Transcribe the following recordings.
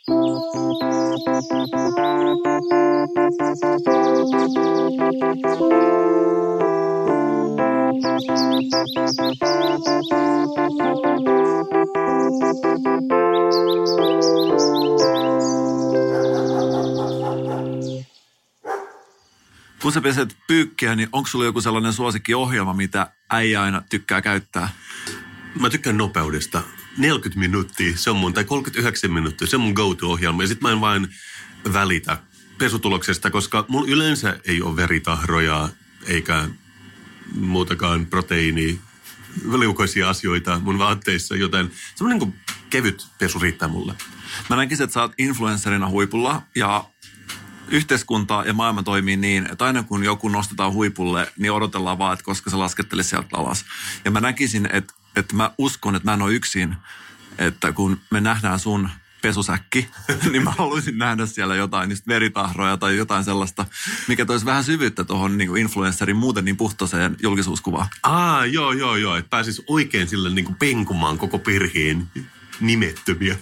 Kun sä peset pyykkiä, niin onko sulla joku sellainen suosikkiohjelma, mitä äijä aina tykkää käyttää? Mä tykkään nopeudesta. 40 minuuttia, se on mun, tai 39 minuuttia, se on mun go-to-ohjelma. Ja sit mä en vain välitä pesutuloksesta, koska mun yleensä ei ole veritahroja eikä muutakaan proteiinia, liukoisia asioita mun vaatteissa, joten semmoinen niin kuin kevyt pesu riittää mulle. Mä näkisin, että sä oot influencerina huipulla ja yhteiskunta ja maailma toimii niin, että aina kun joku nostetaan huipulle, niin odotellaan vaan, että koska se laskettelisi sieltä alas. Ja mä näkisin, että mä uskon, että mä en ole yksin, että kun me nähdään sun pesusäkki, niin mä haluaisin nähdä siellä jotain niistä veritahroja tai jotain sellaista, mikä toisi vähän syvyyttä tuohon niin kuin influencerin muuten niin puhtoiseen julkisuuskuvaan. Joo, että pääsis oikein sille niin kuin penkumaan koko perheen nimettömiä.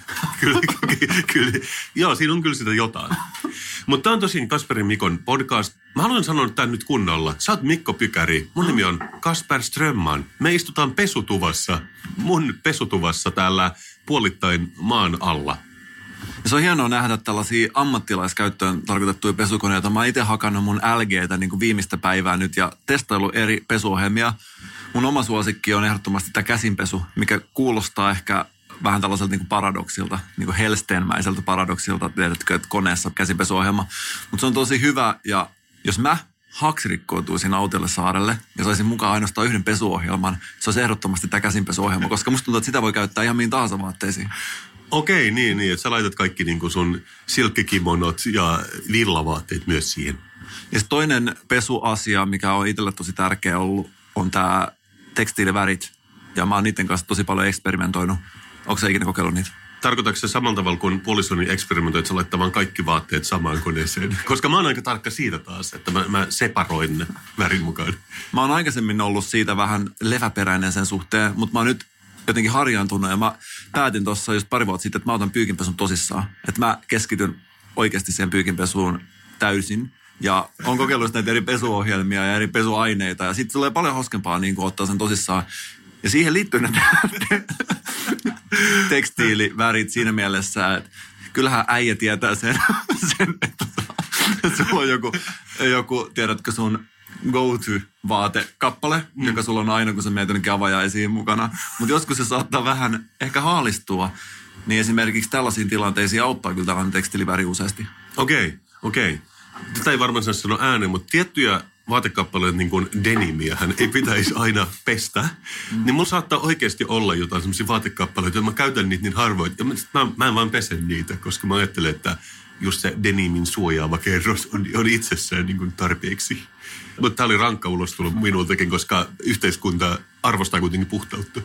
Kyllä. Joo, siinä on kyllä sitä jotain. Mutta tämä on tosiaan Kasperin Mikon podcast. Mä haluan sanoa tämän nyt kunnolla. Sä oot Mikko Pykäri. Mun nimi on Kasper Strömman. Me istutaan pesutuvassa, mun pesutuvassa täällä puolittain maan alla. Ja se on hienoa nähdä tällaisia ammattilaiskäyttöön tarkoitettuja pesukoneita. Mä oon itse hakannut mun LGtä niin kuin viimeistä päivää nyt ja testaillut eri pesuohjelmia. Mun oma suosikki on ehdottomasti tämä käsinpesu, mikä kuulostaa ehkä vähän tällaiselta niin kuin paradoksilta, niin kuin Hellsten-mäiseltä paradoksilta, tiedätkö, että koneessa käsipesuohjelma. Mutta se on tosi hyvä ja jos mä haksirikkoutuisin Autiolle saarelle ja saisin mukaan ainoastaan yhden pesuohjelman, se olisi ehdottomasti tämä käsinpesuohjelma, koska musta tuntuu, että sitä voi käyttää ihan mihin tahansa vaatteisiin. Okei, niin, että sä laitat kaikki niin kuin sun silkkikimonot ja villavaatteet myös siihen. Ja toinen pesuasia, mikä on itselle tosi tärkeä ollut, on tämä tekstiilivärit. Ja mä oon niiden kanssa tosi paljon eksperimentoinut. Onko sä ikinä kokeillut niitä? Tarkoitatko se samalla tavalla kuin puolisoni eksperimentoi, että sä laittamaan kaikki vaatteet samaan koneeseen? Koska mä oon aika tarkka siitä taas, että mä separoin ne värin mukaan. Mä oon aikaisemmin ollut siitä vähän leväperäinen sen suhteen, mutta mä oon nyt jotenkin harjaantunut ja mä päätin tuossa just pari vuotta sitten, että mä otan pyykinpesun tosissaan. Että mä keskityn oikeasti siihen pyykinpesuun täysin. Ja on kokeillut näitä eri pesuohjelmia ja eri pesuaineita ja sitten tulee paljon hauskempaa niin kuin ottaa sen tosissaan. Ja siihen liittyy ne tekstiilivärit siinä mielessä, että kyllähän äijä tietää sen että sulla on joku, tiedätkö sun go-to-vaatekappale, joka sulla on aina, kun sä menet jonnekin avajaisiin mukana. Mutta joskus se saattaa vähän ehkä haalistua, niin esimerkiksi tällaisiin tilanteisiin auttaa kyllä tällainen tekstiiliväri useasti. Okei. Tätä ei varmaan sanoa ääneen, mutta tiettyjä vaatekappaleita, niin kuin denimiähän ei pitäisi aina pestä. Niin mulla saattaa oikeasti olla jotain sellaisia vaatekappaleita, että mä käytän niitä niin harvoin. Ja mä en vaan pese niitä, koska mä ajattelen, että just se denimin suojaava kerros on itsessään niin kuin tarpeeksi. Mutta tää oli rankka ulostulo minultakin, koska yhteiskunta arvostaa kuitenkin puhtautta.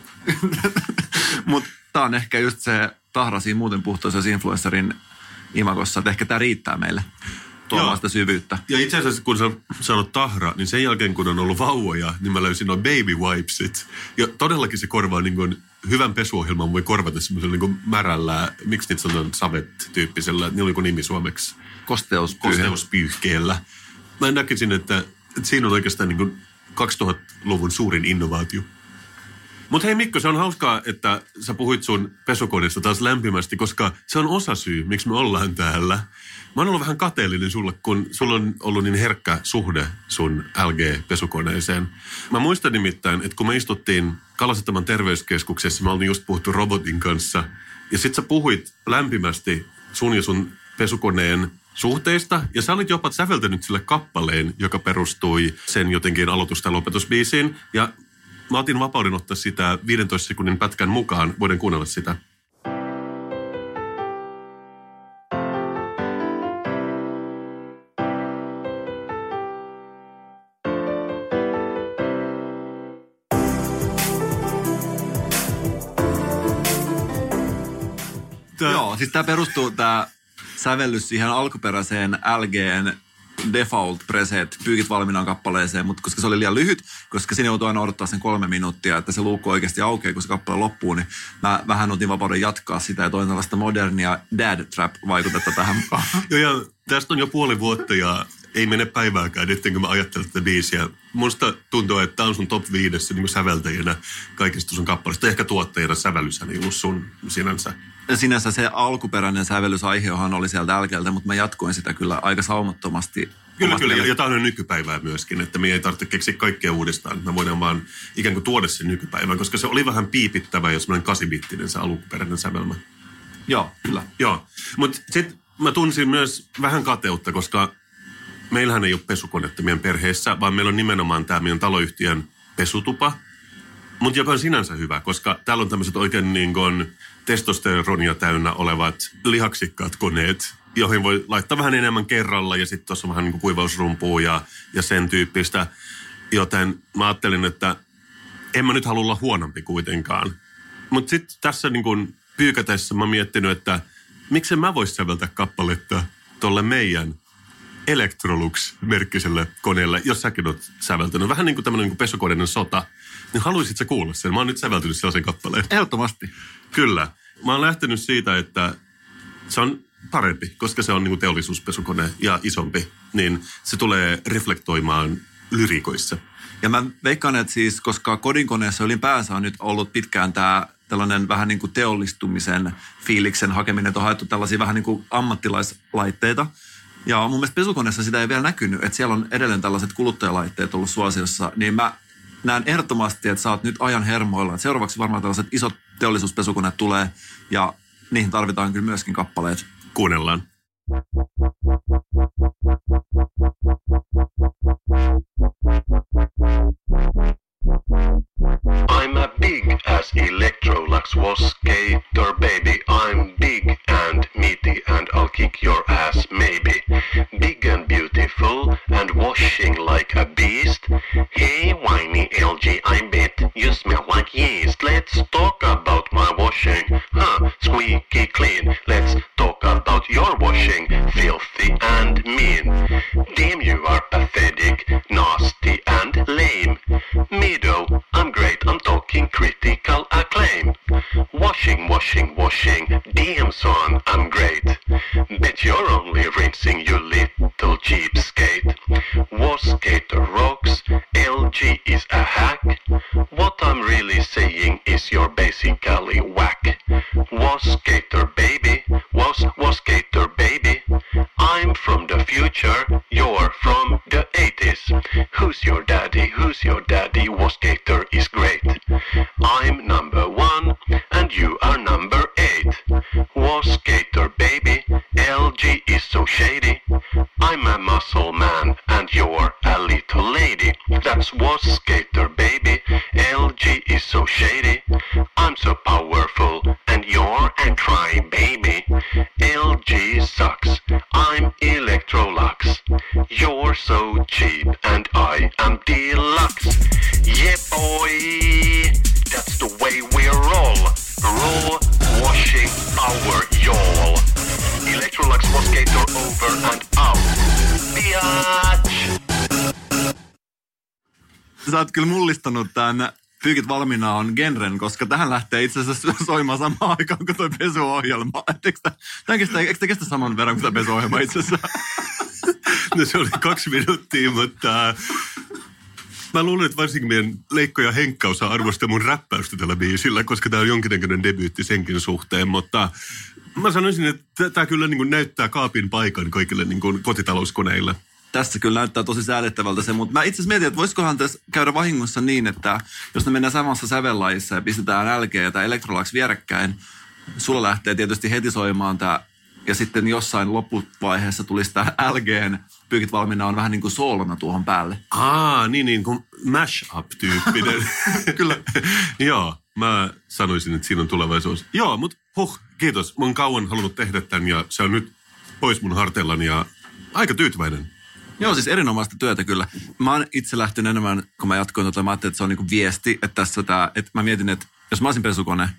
Mutta tää on ehkä just se tahra siinä muuten puhtoisessa influencerin imagossa, että ehkä tää riittää meille. Tuomaan sitä syvyyttä. Ja itse asiassa, kun sä sanot tahra, niin sen jälkeen, kun on ollut vauvoja, niin mä löysin noin baby wipesit. Ja todellakin se korvaa niin kuin hyvän pesuohjelman voi korvata semmoisella niin kuin märällä, miksi niitä sanotaan savet-tyyppisellä, niillä on joku nimi suomeksi. Kosteuspyyhkeellä. Mä näkisin, että siinä on oikeastaan niin kuin 2000-luvun suurin innovaatio. Mutta hei Mikko, se on hauskaa, että sä puhuit sun pesukoneesta taas lämpimästi, koska se on osasyy, miksi me ollaan täällä. Mä oon ollut vähän kateellinen sulle, kun sulla on ollut niin herkkä suhde sun LG-pesukoneeseen. Mä muistan nimittäin, että kun me istuttiin Kalasataman terveyskeskuksessa, me oltiin just puhuttu robotin kanssa. Ja sit sä puhuit lämpimästi sun ja sun pesukoneen suhteista. Ja sä olit jopa säveltänyt sille kappaleen, joka perustui sen jotenkin aloitus- tai lopetusbiisiin. Ja mä otin vapauden ottaa sitä 15 sekunnin pätkän mukaan. Voidaan kuunnella sitä. Joo, siis tämä perustuu tämä sävellys siihen alkuperäiseen LGn default preset Pyykit valmiinaan kappaleeseen, mutta koska se oli liian lyhyt, koska siinä joutui aina odottaa sen 3 minuuttia, että se luukku oikeasti aukeaa, kun se kappale loppuu, niin mä vähän otin vapauden jatkaa sitä ja toin tällaista modernia dad trap-vaikutetta tähän mukaan. Joo, ja tästä on jo puoli vuotta ja ei mene päivääkään, ettenkö mä ajattelen tätä biisiä. Musta tuntuu, että tää on sun top 5 niin säveltäjänä kaikista sun kappaleista. Ehkä tuottajana sävellyshän ei ollut sun sinänsä. Sinänsä se alkuperäinen sävellysaiheohan oli sieltä älkeeltä, mutta mä jatkoin sitä kyllä aika saumattomasti. Kyllä. Ja tämä on nykypäivää myöskin, että me ei tarvitse keksiä kaikkea uudestaan. Mä voidaan vaan ikään kuin tuoda sen nykypäivään, koska se oli vähän piipittävä, jos semmoinen 8-bittinen se alkuperäinen sävelmä. Joo, kyllä. Joo, mutta sitten mä tunsin myös vähän kateutta, koska meillähän ei ole pesukonetta meidän perheessä, vaan meillä on nimenomaan tämä meidän taloyhtiön pesutupa. Mutta joka on sinänsä hyvä, koska täällä on tämmöiset oikein niin kuin testosteronia täynnä olevat lihaksikkaat koneet, joihin voi laittaa vähän enemmän kerralla ja sitten tuossa on vähän niin kuin kuivausrumpua ja sen tyyppistä. Joten mä ajattelin, että en mä nyt halua olla huonompi kuitenkaan. Mutta sitten tässä niin kuin pyykätessä mä oon miettinyt, että miksen mä vois säveltää kappaletta tolle meidän Electrolux-merkkiselle koneelle, jos säkin oot säveltänyt. Vähän niin kuin tämmöinen niin pesukoneiden sota. Niin haluaisit sä kuulla sen? Mä oon nyt säveltynyt sellaisen kappaleen. Ehdottomasti. Kyllä. Mä oon lähtenyt siitä, että se on parempi, koska se on niin kuin teollisuuspesukone ja isompi. Niin se tulee reflektoimaan lyrikoissa. Ja mä veikkaan, että siis, koska kodinkoneessa ylipäänsä on nyt ollut pitkään tällainen vähän niin kuin teollistumisen fiiliksen hakeminen, että on haettu tällaisia vähän niin kuin ammattilaislaitteita. Ja mun mielestä pesukoneessa sitä ei vielä näkynyt, että siellä on edelleen tällaiset kuluttajalaitteet ollut suosiossa, niin mä näen ehdottomasti, että sä oot nyt ajan hermoilla. Että seuraavaksi varmaan tällaiset isot teollisuuspesukoneet tulee ja niihin tarvitaan kyllä myöskin kappaleet. Kuunnellaan. I'm a big ass Electrolux wascator baby. I'm big and meaty and I'll kick your ass maybe. Big and beautiful and washing like a beast. Hey whiny LG, I bet you smell like yeast. Let's talk about my washing. Squeaky clean. Let's talk about your washing. Filthy and mean. Damn, you are pathetic, nasty and lame. Mido, I'm great, I'm talking critical acclaim. Washing, washing, washing, damn son, I'm great. Bet you're only rinsing, you little cheapskate. Wascator rocks, LG is a hack. What I'm really saying is you're basically whack. Wascator baby, wascator baby. I'm from the future, you're from the 80s. Who's your daddy, who's your daddy? Wascator is great. I'm number 1 and you are number 8. Wascator baby, LG is so shady. I'm a muscle man and you're a little lady. That's Wascator baby, LG is so shady. I'm so powerful and you're a cry baby. LG sucks, I'm Electrolux. You're so cheap and I am deluxe. Yeah boy, that's the way we roll. Raw washing power, y'all. Electrolux Wascator over and out. Biatch! Sä oot kyllä mullistanut tämän Pyykit valmiina on genren, koska tähän lähtee itse asiassa soimaan samaan aikaan kuin toi pesuohjelma. Eikö te kestä saman verran kuin tämä pesuohjelma itse asiassa? No se oli 2 minuuttia, mutta mä luulen, että varsinkin meidän Leikko ja Henkka osaa arvostaa mun räppäystä tällä biisillä, koska tää on jonkinnäköinen debyytti senkin suhteen, mutta mä sanoisin, että tää kyllä niin kuin näyttää kaapin paikan kaikille niin kuin kotitalouskoneille. Tässä kyllä näyttää tosi säädettävältä se, mutta mä itse asiassa mietin, että voisikohan tässä käydä vahingossa niin, että jos me mennään samassa sävellajissa ja pistetään LG ja tämä Electrolux vierekkäin, sulla lähtee tietysti heti soimaan tämä, ja sitten jossain loppuvaiheessa tulisi tämä LGn Pyykit valmiina on vähän niin kuin soolona tuohon päälle. Niin kuin mash-up-tyyppinen. Kyllä. Joo, mä sanoisin, että siinä on tulevaisuus. Joo, mutta kiitos. Mä oon kauan halunnut tehdä tämän ja se on nyt pois mun harteillani ja aika tyytyväinen. Joo, siis erinomaista työtä kyllä. Mä oon itse lähtenyt enemmän, kun mä jatkoin mä ajattelin, että se on niin kuin viesti, että tässä että mä mietin, että jos mä olisin pesukone ja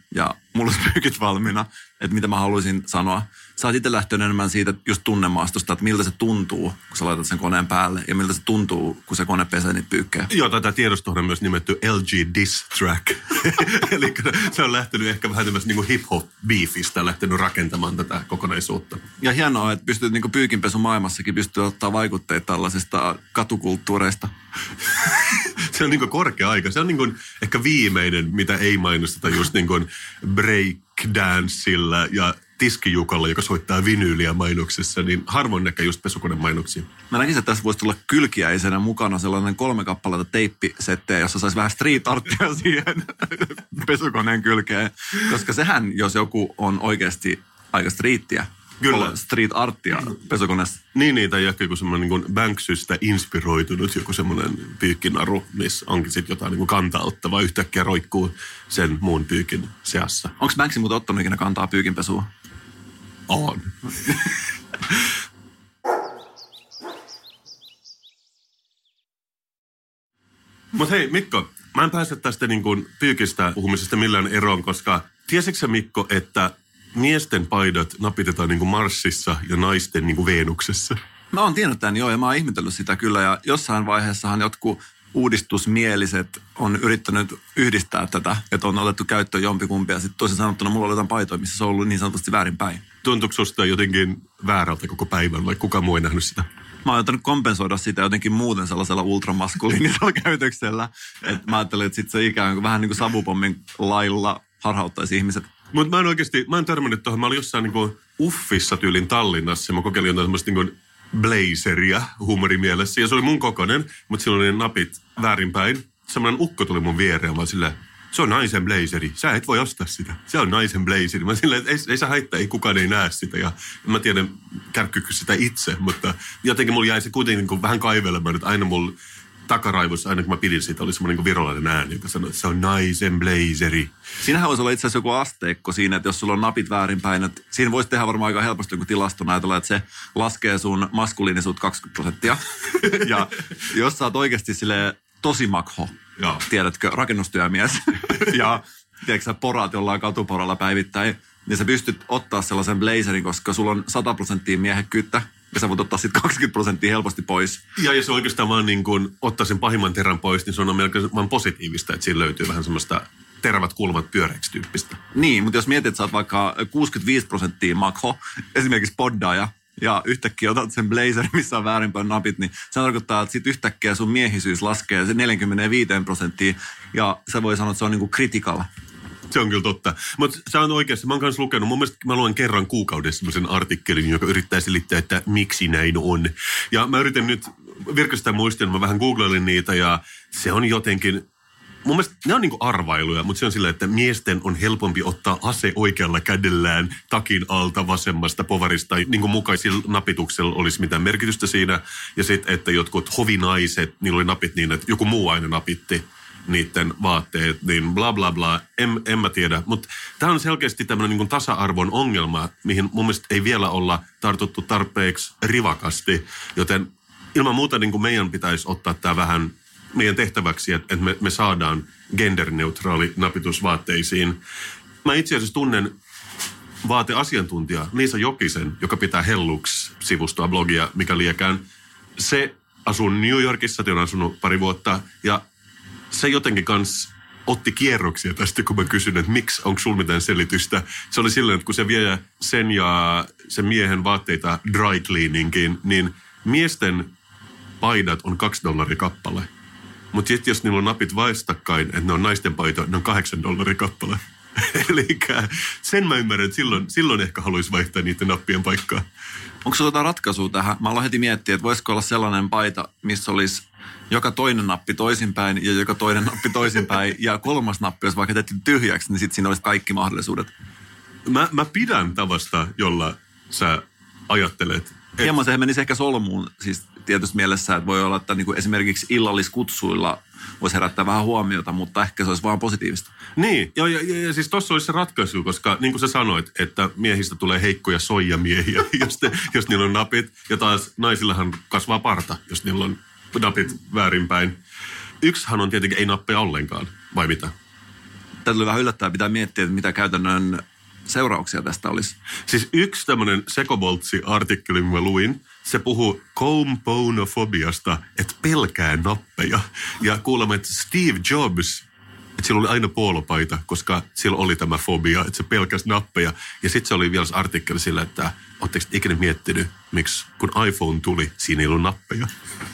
mulla olisi pyykit valmiina, että mitä mä haluaisin sanoa. Sä oot itse lähtenyt enemmän siitä just tunnemaastosta, että miltä se tuntuu, kun sä laitat sen koneen päälle, ja miltä se tuntuu, kun se kone pesee niitä pyykkejä. Joo, tätä tiedostoa on myös nimetty LG Diss Track. Eli se on lähtenyt ehkä vähän tämmöistä niin hip-hop-beefistä lähtenyt rakentamaan tätä kokonaisuutta. Ja hienoa, että pystyt niin pyykinpesu maailmassakin pystyy ottaa vaikutteita tällaisista katukulttuureista. Se on niin korkea aika. Se on niin ehkä viimeinen, mitä ei mainosteta just niin breakdanceilla ja tiskijukalla, joka soittaa vinyyliä mainoksessa, niin harvoin näkee just pesukonemainoksia. Mä näkisin, että tässä voisi tulla kylkiäisenä mukana sellainen 3 kappaletta teippisettejä, jossa saisi vähän street artia siihen pesukoneen kylkeen. Koska sehän, jos joku on oikeasti aika streettiä, kyllä, street artia pesukoneessa. Niin, tai ehkä joku semmoinen niin Banksystä inspiroitunut joku semmoinen pyykkinaru, missä onkin sitten jotain niin kantaa ottavaa, yhtäkkiä roikkuu sen muun pyykin seassa. Onko Banksy muuten ottanut ikinä kantaa pyykinpesua? On. Mutta hei Mikko, mä en pääse tästä niin kuin pyykistä puhumisesta millään eroon, koska tiesitkö sä Mikko, että miesten paidat napitetaan niin kuin Marsissa ja naisten niin kuin Veenuksessa? Mä oon tiennyt tämän ja mä oon ihmetellyt sitä kyllä ja jossain vaiheessahan jotkut uudistusmieliset on yrittänyt yhdistää tätä, että on otettu käyttöön jompikumpi ja sitten toisin sanottuna mulla oli jotain paitoja, missä se on ollut niin sanotusti väärinpäin. Tuntuuko susta jotenkin väärältä koko päivän vai kukaan muu ei nähnyt sitä? Mä oon jotenut kompensoida sitä jotenkin muuten sellaisella ultramaskuliinisella käytöksellä, että mä ajattelin, että sit se ikään kuin vähän niin kuin savupommin lailla harhauttaisi ihmiset. Mutta mä en törmännyt tuohon. Mä olin jossain niinku Uffissa tyylin Tallinnassa ja mä kokeilin jotain semmoista niinku blazeria huumorimielessä. Ja se oli mun kokoinen, mutta sillä oli ne napit väärinpäin. Semmoinen ukko tuli mun viereen, vaan silleen, se on naisen blazeri. Sä et voi ostaa sitä. Se on naisen blazeri. Mä silleen, että ei sä haittaa, ei kukaan ei näe sitä. Ja mä tiedän, kärkkyykö sitä itse, mutta jotenkin mulla jäi se kuitenkin niinku vähän kaivelemaan, että aina mulla takaraivossa, aina kun mä pidin siitä, oli semmoinen niin virallinen ääni, joka sanoi, että se on naisen blazeri. Siinähän voisi olla itse asiassa joku asteikko siinä, että jos sulla on napit väärinpäin, että siinä voisi tehdä varmaan aika helposti joku tilaston ajatella, että se laskee sun maskuliinisuut 20%. Ja jos sä oot oikeasti silleen tosi makho, tiedätkö, rakennustyömies, ja tiedätkö sä poraat jollain katuporalla päivittäin, niin sä pystyt ottaa sellaisen blazerin, koska sulla on 100% miehekkyyttä. Ja sä voit ottaa sitten 20% helposti pois. Ja jos oikeastaan vaan niin kun ottaa sen pahimman terän pois, niin se on melkein vaan positiivista, että siinä löytyy vähän semmoista terävät kulmat pyöreiksi tyyppistä. Niin, mutta jos mietit, että sä oot vaikka 65% makho, esimerkiksi poddaaja, ja yhtäkkiä otat sen blazer, missä on väärinpäin napit, niin se tarkoittaa, että sit yhtäkkiä sun miehisyys laskee se 45%, ja se voi sanoa, että se on niinku critical. Se on kyllä totta. Mutta sä on oikeassa. Mä oon kanssa lukenut. Mun mielestä mä luen kerran kuukaudessa semmoisen artikkelin, joka yrittää selittää, että miksi näin on. Ja mä yritän nyt virkistää muistia, mä vähän googlailin niitä ja se on jotenkin... Mun mielestä ne on niinku arvailuja, mutta se on sillä, että miesten on helpompi ottaa ase oikealla kädellään takin alta vasemmasta povarista. Niin kuin mukaisilla napituksella olisi mitään merkitystä siinä. Ja sitten, että jotkut hovinaiset, niillä oli napit niin, että joku muu aina napitti niiden vaatteet, niin bla bla bla, en mä tiedä. Mutta tämä on selkeästi tämmöinen niin tasa-arvon ongelma, mihin mun mielestä ei vielä olla tartuttu tarpeeksi rivakasti. Joten ilman muuta niin kuin meidän pitäisi ottaa tämä vähän meidän tehtäväksi, että me saadaan genderneutraali napitusvaatteisiin. Mä itse asiassa tunnen vaateasiantuntija Liisa Jokisen, joka pitää Hellux-sivustoa, blogia, mikä liekään. Se asuu New Yorkissa, on asunut pari vuotta, ja se jotenkin kanssa otti kierroksia tästä, kun mä kysyin, että miksi, onko sulla mitään selitystä. Se oli silleen, että kun se vie sen ja sen miehen vaatteita dry cleaningiin, niin miesten paidat on $2 kappale. Mutta sitten jos niillä on napit vastakkain, että ne on naisten paitoja, ne on $8 kappale. Eli sen mä ymmärrän, että silloin ehkä haluaisi vaihtaa niiden nappien paikkaa. Onko sulla jotain ratkaisua tähän? Mä aloin heti miettiä, että voisiko olla sellainen paita, missä olisi joka toinen nappi toisinpäin ja joka toinen nappi toisinpäin ja kolmas nappi, jos vaikka tehty tyhjäksi, niin sitten siinä olisi kaikki mahdollisuudet. Mä pidän tavasta, jolla sä ajattelet. Hieman se menisi ehkä solmuun siis tietysti mielessä, että voi olla, että niinku esimerkiksi illalliskutsuilla voisi herättää vähän huomiota, mutta ehkä se olisi vaan positiivista. Niin, ja siis tuossa olisi se ratkaisu, koska niin kuin sä sanoit, että miehistä tulee heikkoja soijamiehiä, jos niillä on napit, ja taas naisillahan kasvaa parta, jos niillä on napit väärinpäin. Yksihän on tietenkin ei nappeja ollenkaan, vai mitä? Täytyy vähän yllättää, pitää miettiä, että mitä käytännön seurauksia tästä olisi. Siis yksi tämmöinen Sekoboltsi-artikkeli, mä luin, se puhuu componofobiasta, että pelkää nappeja. Ja kuulemma, että Steve Jobs, että sillä oli aina poolopaita, koska sillä oli tämä fobia, että se pelkäsi nappeja. Ja sitten se oli vielä se artikkeli sillä, että ootteko ikinä miettinyt, miksi kun iPhone tuli, siinä ei ollut nappeja.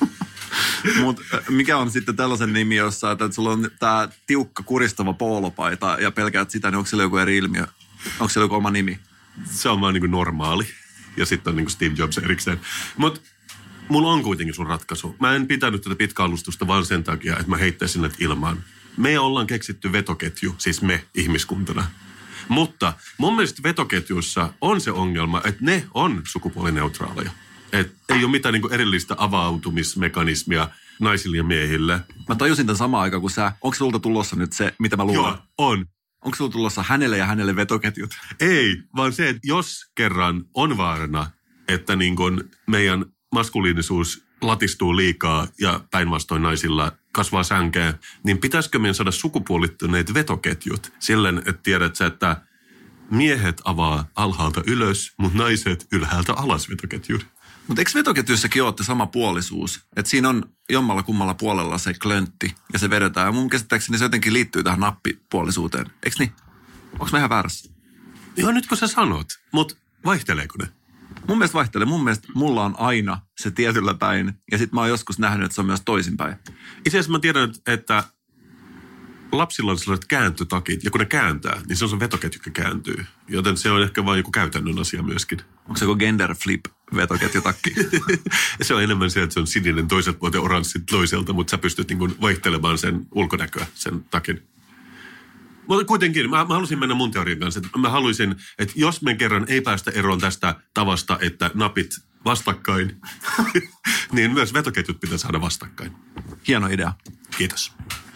Mutta mikä on sitten tällaisen nimi, jossa että sulla on tämä tiukka kuristava poolopaita ja pelkäät sitä, niin onko siellä joku eri ilmiö? Onko siellä joku oma nimi? Se on vaan niin kuin normaali. Ja sitten on niin kuin Steve Jobs erikseen. Mutta mulla on kuitenkin sun ratkaisu. Mä en pitänyt tätä pitkäalustusta vaan sen takia, että mä heittäisin näitä ilmaan. Me ollaan keksitty vetoketju, siis me ihmiskuntana. Mutta mun mielestä vetoketjuissa on se ongelma, että ne on sukupuolineutraaleja. Että ei ole mitään niin kuin erillistä avautumismekanismia naisille ja miehille. Mä tajusin tämän samaan aikaan kuin sä. Onko sulta tulossa nyt se, mitä mä luulen? Joo, on. Onko sulla tulossa hänelle ja hänelle vetoketjut? Ei, vaan se, että jos kerran on vaarana, että niin kuin meidän maskuliinisuus latistuu liikaa ja päinvastoin naisilla kasvaa sänkeä, niin pitäisikö meidän saada sukupuolittuneet vetoketjut silleen, että tiedät sä, että miehet avaa alhaalta ylös, mutta naiset ylhäältä alas vetoketjut. Mutta eikö vetoketjuissakin ole sama puolisuus? Että siinä on jommalla kummalla puolella se klöntti ja se vedetään. Ja mun käsittääkseni se jotenkin liittyy tähän nappipuolisuuteen. Eikö niin? Onko mä ihan väärässä? Joo, nyt kun sä sanot, mutta vaihteleeko ne? Mun mielestä vaihtelee. Mun mielestä mulla on aina se tietyllä päin. Ja sit mä oon joskus nähnyt, että se on myös toisinpäin. Itse asiassa mä tiedän, että lapsilla on sellaiset kääntötakit, ja kun ne kääntää, niin se on se vetoketju, joka kääntyy. Joten se on ehkä vain joku käytännön asia myöskin. Onko se joku gender flip vetoketjutakki? Se on enemmän se, että se on sininen toiselta puolelta ja oranssi toiselta, mutta sä pystyt niin kuin vaihtelemaan sen ulkonäköä, sen takin. Mutta kuitenkin, mä halusin mennä mun teorian kanssa. Että mä haluaisin, että jos me kerran ei päästä eroon tästä tavasta, että napit vastakkain, niin myös vetoketjut pitää saada vastakkain. Hieno idea. Kiitos.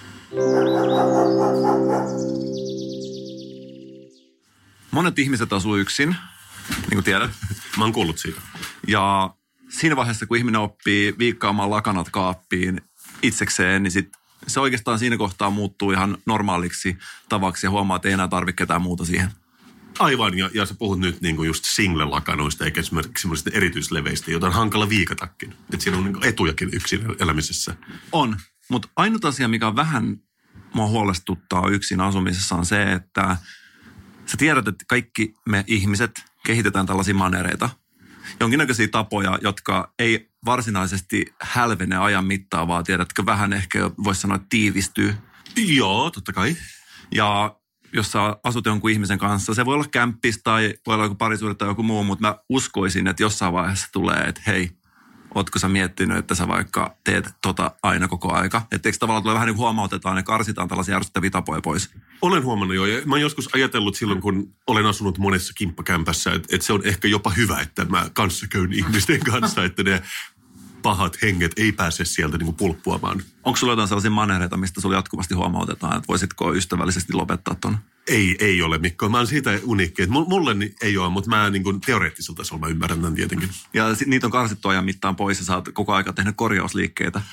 Monet ihmiset asuu yksin, niin kuin tiedät. Mä oon kuullut siitä. Ja siinä vaiheessa, kun ihminen oppii viikkaamaan lakanat kaappiin itsekseen, niin sit se oikeastaan siinä kohtaa muuttuu ihan normaaliksi tavaksi ja huomaa, että ei enää tarvitse ketään muuta siihen. Aivan, ja sä puhut nyt niinku just single-lakanoista, eikä esimerkiksi semmoisista erityisleveistä, joita on hankala viikatakin. Että siinä on niinku etujakin yksin elämisessä. On, mutta ainut asia, mikä vähän mua huolestuttaa yksin asumisessa on se, että sä tiedät, että kaikki me ihmiset kehitetään tällaisia manereita. Jonkinnäköisiä tapoja, jotka ei varsinaisesti hälvene ajan mittaan, vaan tiedätkö, vähän ehkä voisi sanoa, että tiivistyy. Joo, totta kai. Ja jos sä asut jonkun ihmisen kanssa, se voi olla kämppis tai voi olla joku parisuhde tai joku muu, mutta mä uskoisin, että jossain vaiheessa tulee, että hei, ootko sä miettinyt, että sä vaikka teet aina koko aika? Että eikö tavallaan tulee vähän niin kuin huomautetaan ja karsitaan tällaisia ärsyttäviä tapoja pois? Olen huomannut jo, ja mä oon joskus ajatellut silloin, kun olen asunut monessa kimppakämpässä, että se on ehkä jopa hyvä, että mä kanssakäyn ihmisten kanssa, että ne pahat henget ei pääse sieltä niin kuin pulppuamaan. Onko sulla jotain sellaisia manereita, mistä sulla jatkuvasti huomautetaan, että voisitko ystävällisesti lopettaa ton? Ei ole, Mikko. Mä oon siitä uniikki. Mulle ei ole, mutta mä niin kuin teoreettisella tasolla mä ymmärrän tämän tietenkin. Ja niitä on karsittu ajan mittaan pois ja sä oot koko aika tehnyt korjausliikkeitä.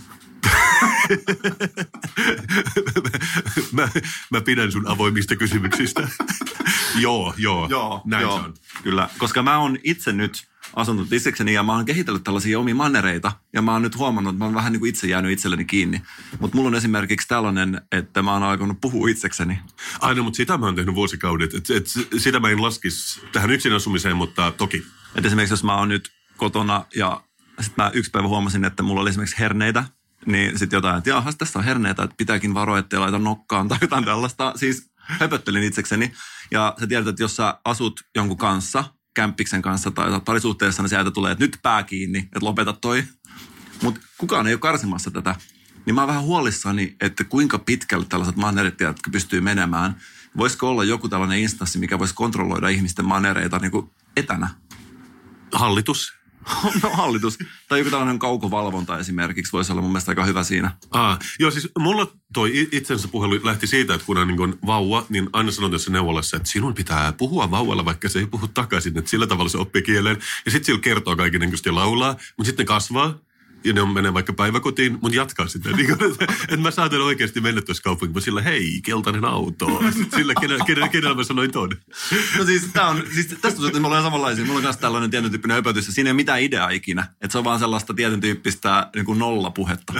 mä pidän sun avoimista kysymyksistä. Joo, näin se on. Kyllä, koska mä oon itse nyt asunut itsekseni ja mä oon kehitellyt tällaisia omia mannereita ja mä oon nyt huomannut, että mä oon vähän niin kuin itse jäänyt itselleni kiinni. Mutta mulla on esimerkiksi tällainen, että mä oon alkanut puhua itsekseni. Aina, mutta sitä mä oon tehnyt vuosikaudet. Sitä mä en laskisi tähän yksin asumiseen, mutta toki. Et esimerkiksi jos mä oon nyt kotona ja sitten mä yksi päivä huomasin, että mulla oli esimerkiksi herneitä, niin sitten jotain, että jahas, tässä on herneitä, että pitääkin varoa, ettei laita nokkaan tai jotain tällaista. Siis höpöttelin itsekseni. Ja sä tiedät, että jos sä asut jonkun kanssa, kämppiksen kanssa tai parisuhteessa, niin sieltä tulee, että nyt pää kiinni, että lopeta toi. Mutta kukaan ei ole karsimassa tätä. Niin mä oon vähän huolissani, että kuinka pitkälle tällaiset mannerit, jotka pystyy menemään. Voisiko olla joku tällainen instanssi, mikä voisi kontrolloida ihmisten mannereita niin kuin etänä? Hallitus. No hallitus. Tai joku tällainen kaukovalvonta esimerkiksi voisi olla mun mielestä aika hyvä siinä. Joo, siis mulla toi itsensä puhelu lähti siitä, että kun on niin vauva, niin aina sanotaan tässä neuvolassa, että sinun pitää puhua vauvalla, vaikka se ei puhu takaisin, että sillä tavalla se oppii kielen. Ja sitten sillä kertoo kaikennäköisesti ja laulaa, mutta sitten ne kasvaa ja ne menee vaikka päiväkotiin, mutta jatkaa sitä. Niin että mä saatan oikeasti mennä tuossa kaupungin, sillä hei, keltainen auto. Sillä kenellä mä sanoin ton. No siis tästä me ollaan samanlaisia. Mulla on myös tällainen tietyn tyyppinen höpötys, ja siinä ei ole mitään ideaa ikinä. Että se on vaan sellaista tietyn tyyppistä niin kuin nollapuhetta.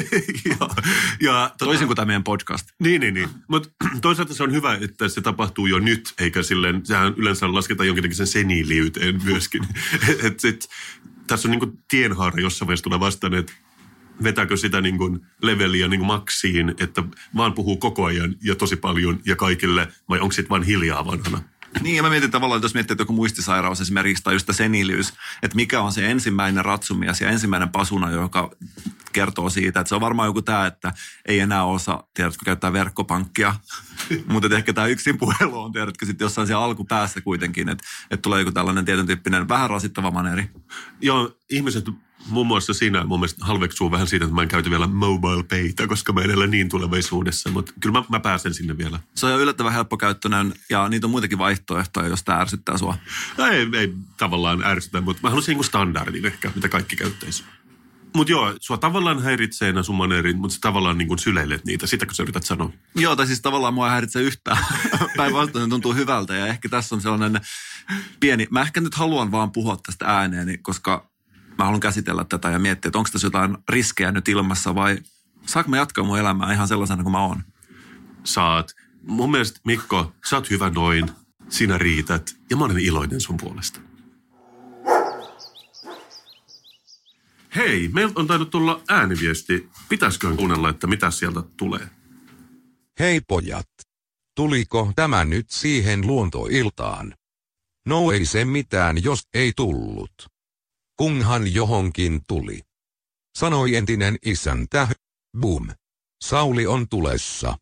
Toisin kuin tämä meidän podcast. Niin. Mutta toisaalta se on hyvä, että se tapahtuu jo nyt, eikä silleen, sehän yleensä lasketaan jonkinlaisen seniiliyteen myöskin. Tässä on niin kuin tienhaara jossain vaiheessa tulee vastaan, että vetääkö sitä niin kuin leveliä niin kuin maksiin, että vaan puhuu koko ajan ja tosi paljon ja kaikille, vai onko sitten vaan hiljaa vanhana? Niin, ja mä mietin tavallaan, että jos miettii, että joku muistisairaus esimerkiksi, tai just seniiliys, että mikä on se ensimmäinen ratsumies ja ensimmäinen pasuna, joka kertoo siitä, että se on varmaan joku tämä, että ei enää osaa, tiedätkö, käyttää verkkopankkia, mutta ehkä tämä yksin puhelu on, tiedätkö, sitten jossain siellä alkupäässä kuitenkin, että tulee joku tällainen tietyn tyyppinen vähän rasittava maneri. Joo, ihmiset muun muassa siinä mun mielestä halveksuu vähän siitä, että mä en käytä vielä mobile paytä, koska mä edellä niin tulevaisuudessa, mutta kyllä mä pääsen sinne vielä. Se on yllättävän helppokäyttöinen ja niitä on muitakin vaihtoehtoja, jos tämä ärsyttää sua. Ei tavallaan ärsytä, mutta mä haluaisin niin kuin standardin ehkä, mitä kaikki käyttäisi. Mutta joo, sua tavallaan häiritsee nämä sun maneerit, mutta sä tavallaan niin kuin syleilet niitä, sitäkö sä yrität sanoa? Joo, tai siis tavallaan mua ei häiritse yhtään. Päinvastoin tuntuu hyvältä ja ehkä tässä on sellainen pieni, mä ehkä nyt haluan vaan puhua tästä ääneeni, koska mä haluan käsitellä tätä ja miettiä, että onko tässä jotain riskejä nyt ilmassa vai saanko mä jatkaa mun elämää ihan sellaisena kuin mä oon? Saat. Mun mielestä, Mikko, sä oot hyvä noin, sinä riität ja mä olen iloinen sun puolesta. Hei, meiltä on tainnut tulla ääniviesti. Pitäisiköhän kuunnella, että mitä sieltä tulee? Hei pojat. Tuliko tämä nyt siihen luontoiltaan? No ei se mitään, jos ei tullut. Kunhan johonkin tuli. Sanoi entinen isäntä. Boom. Sauli on tulessa.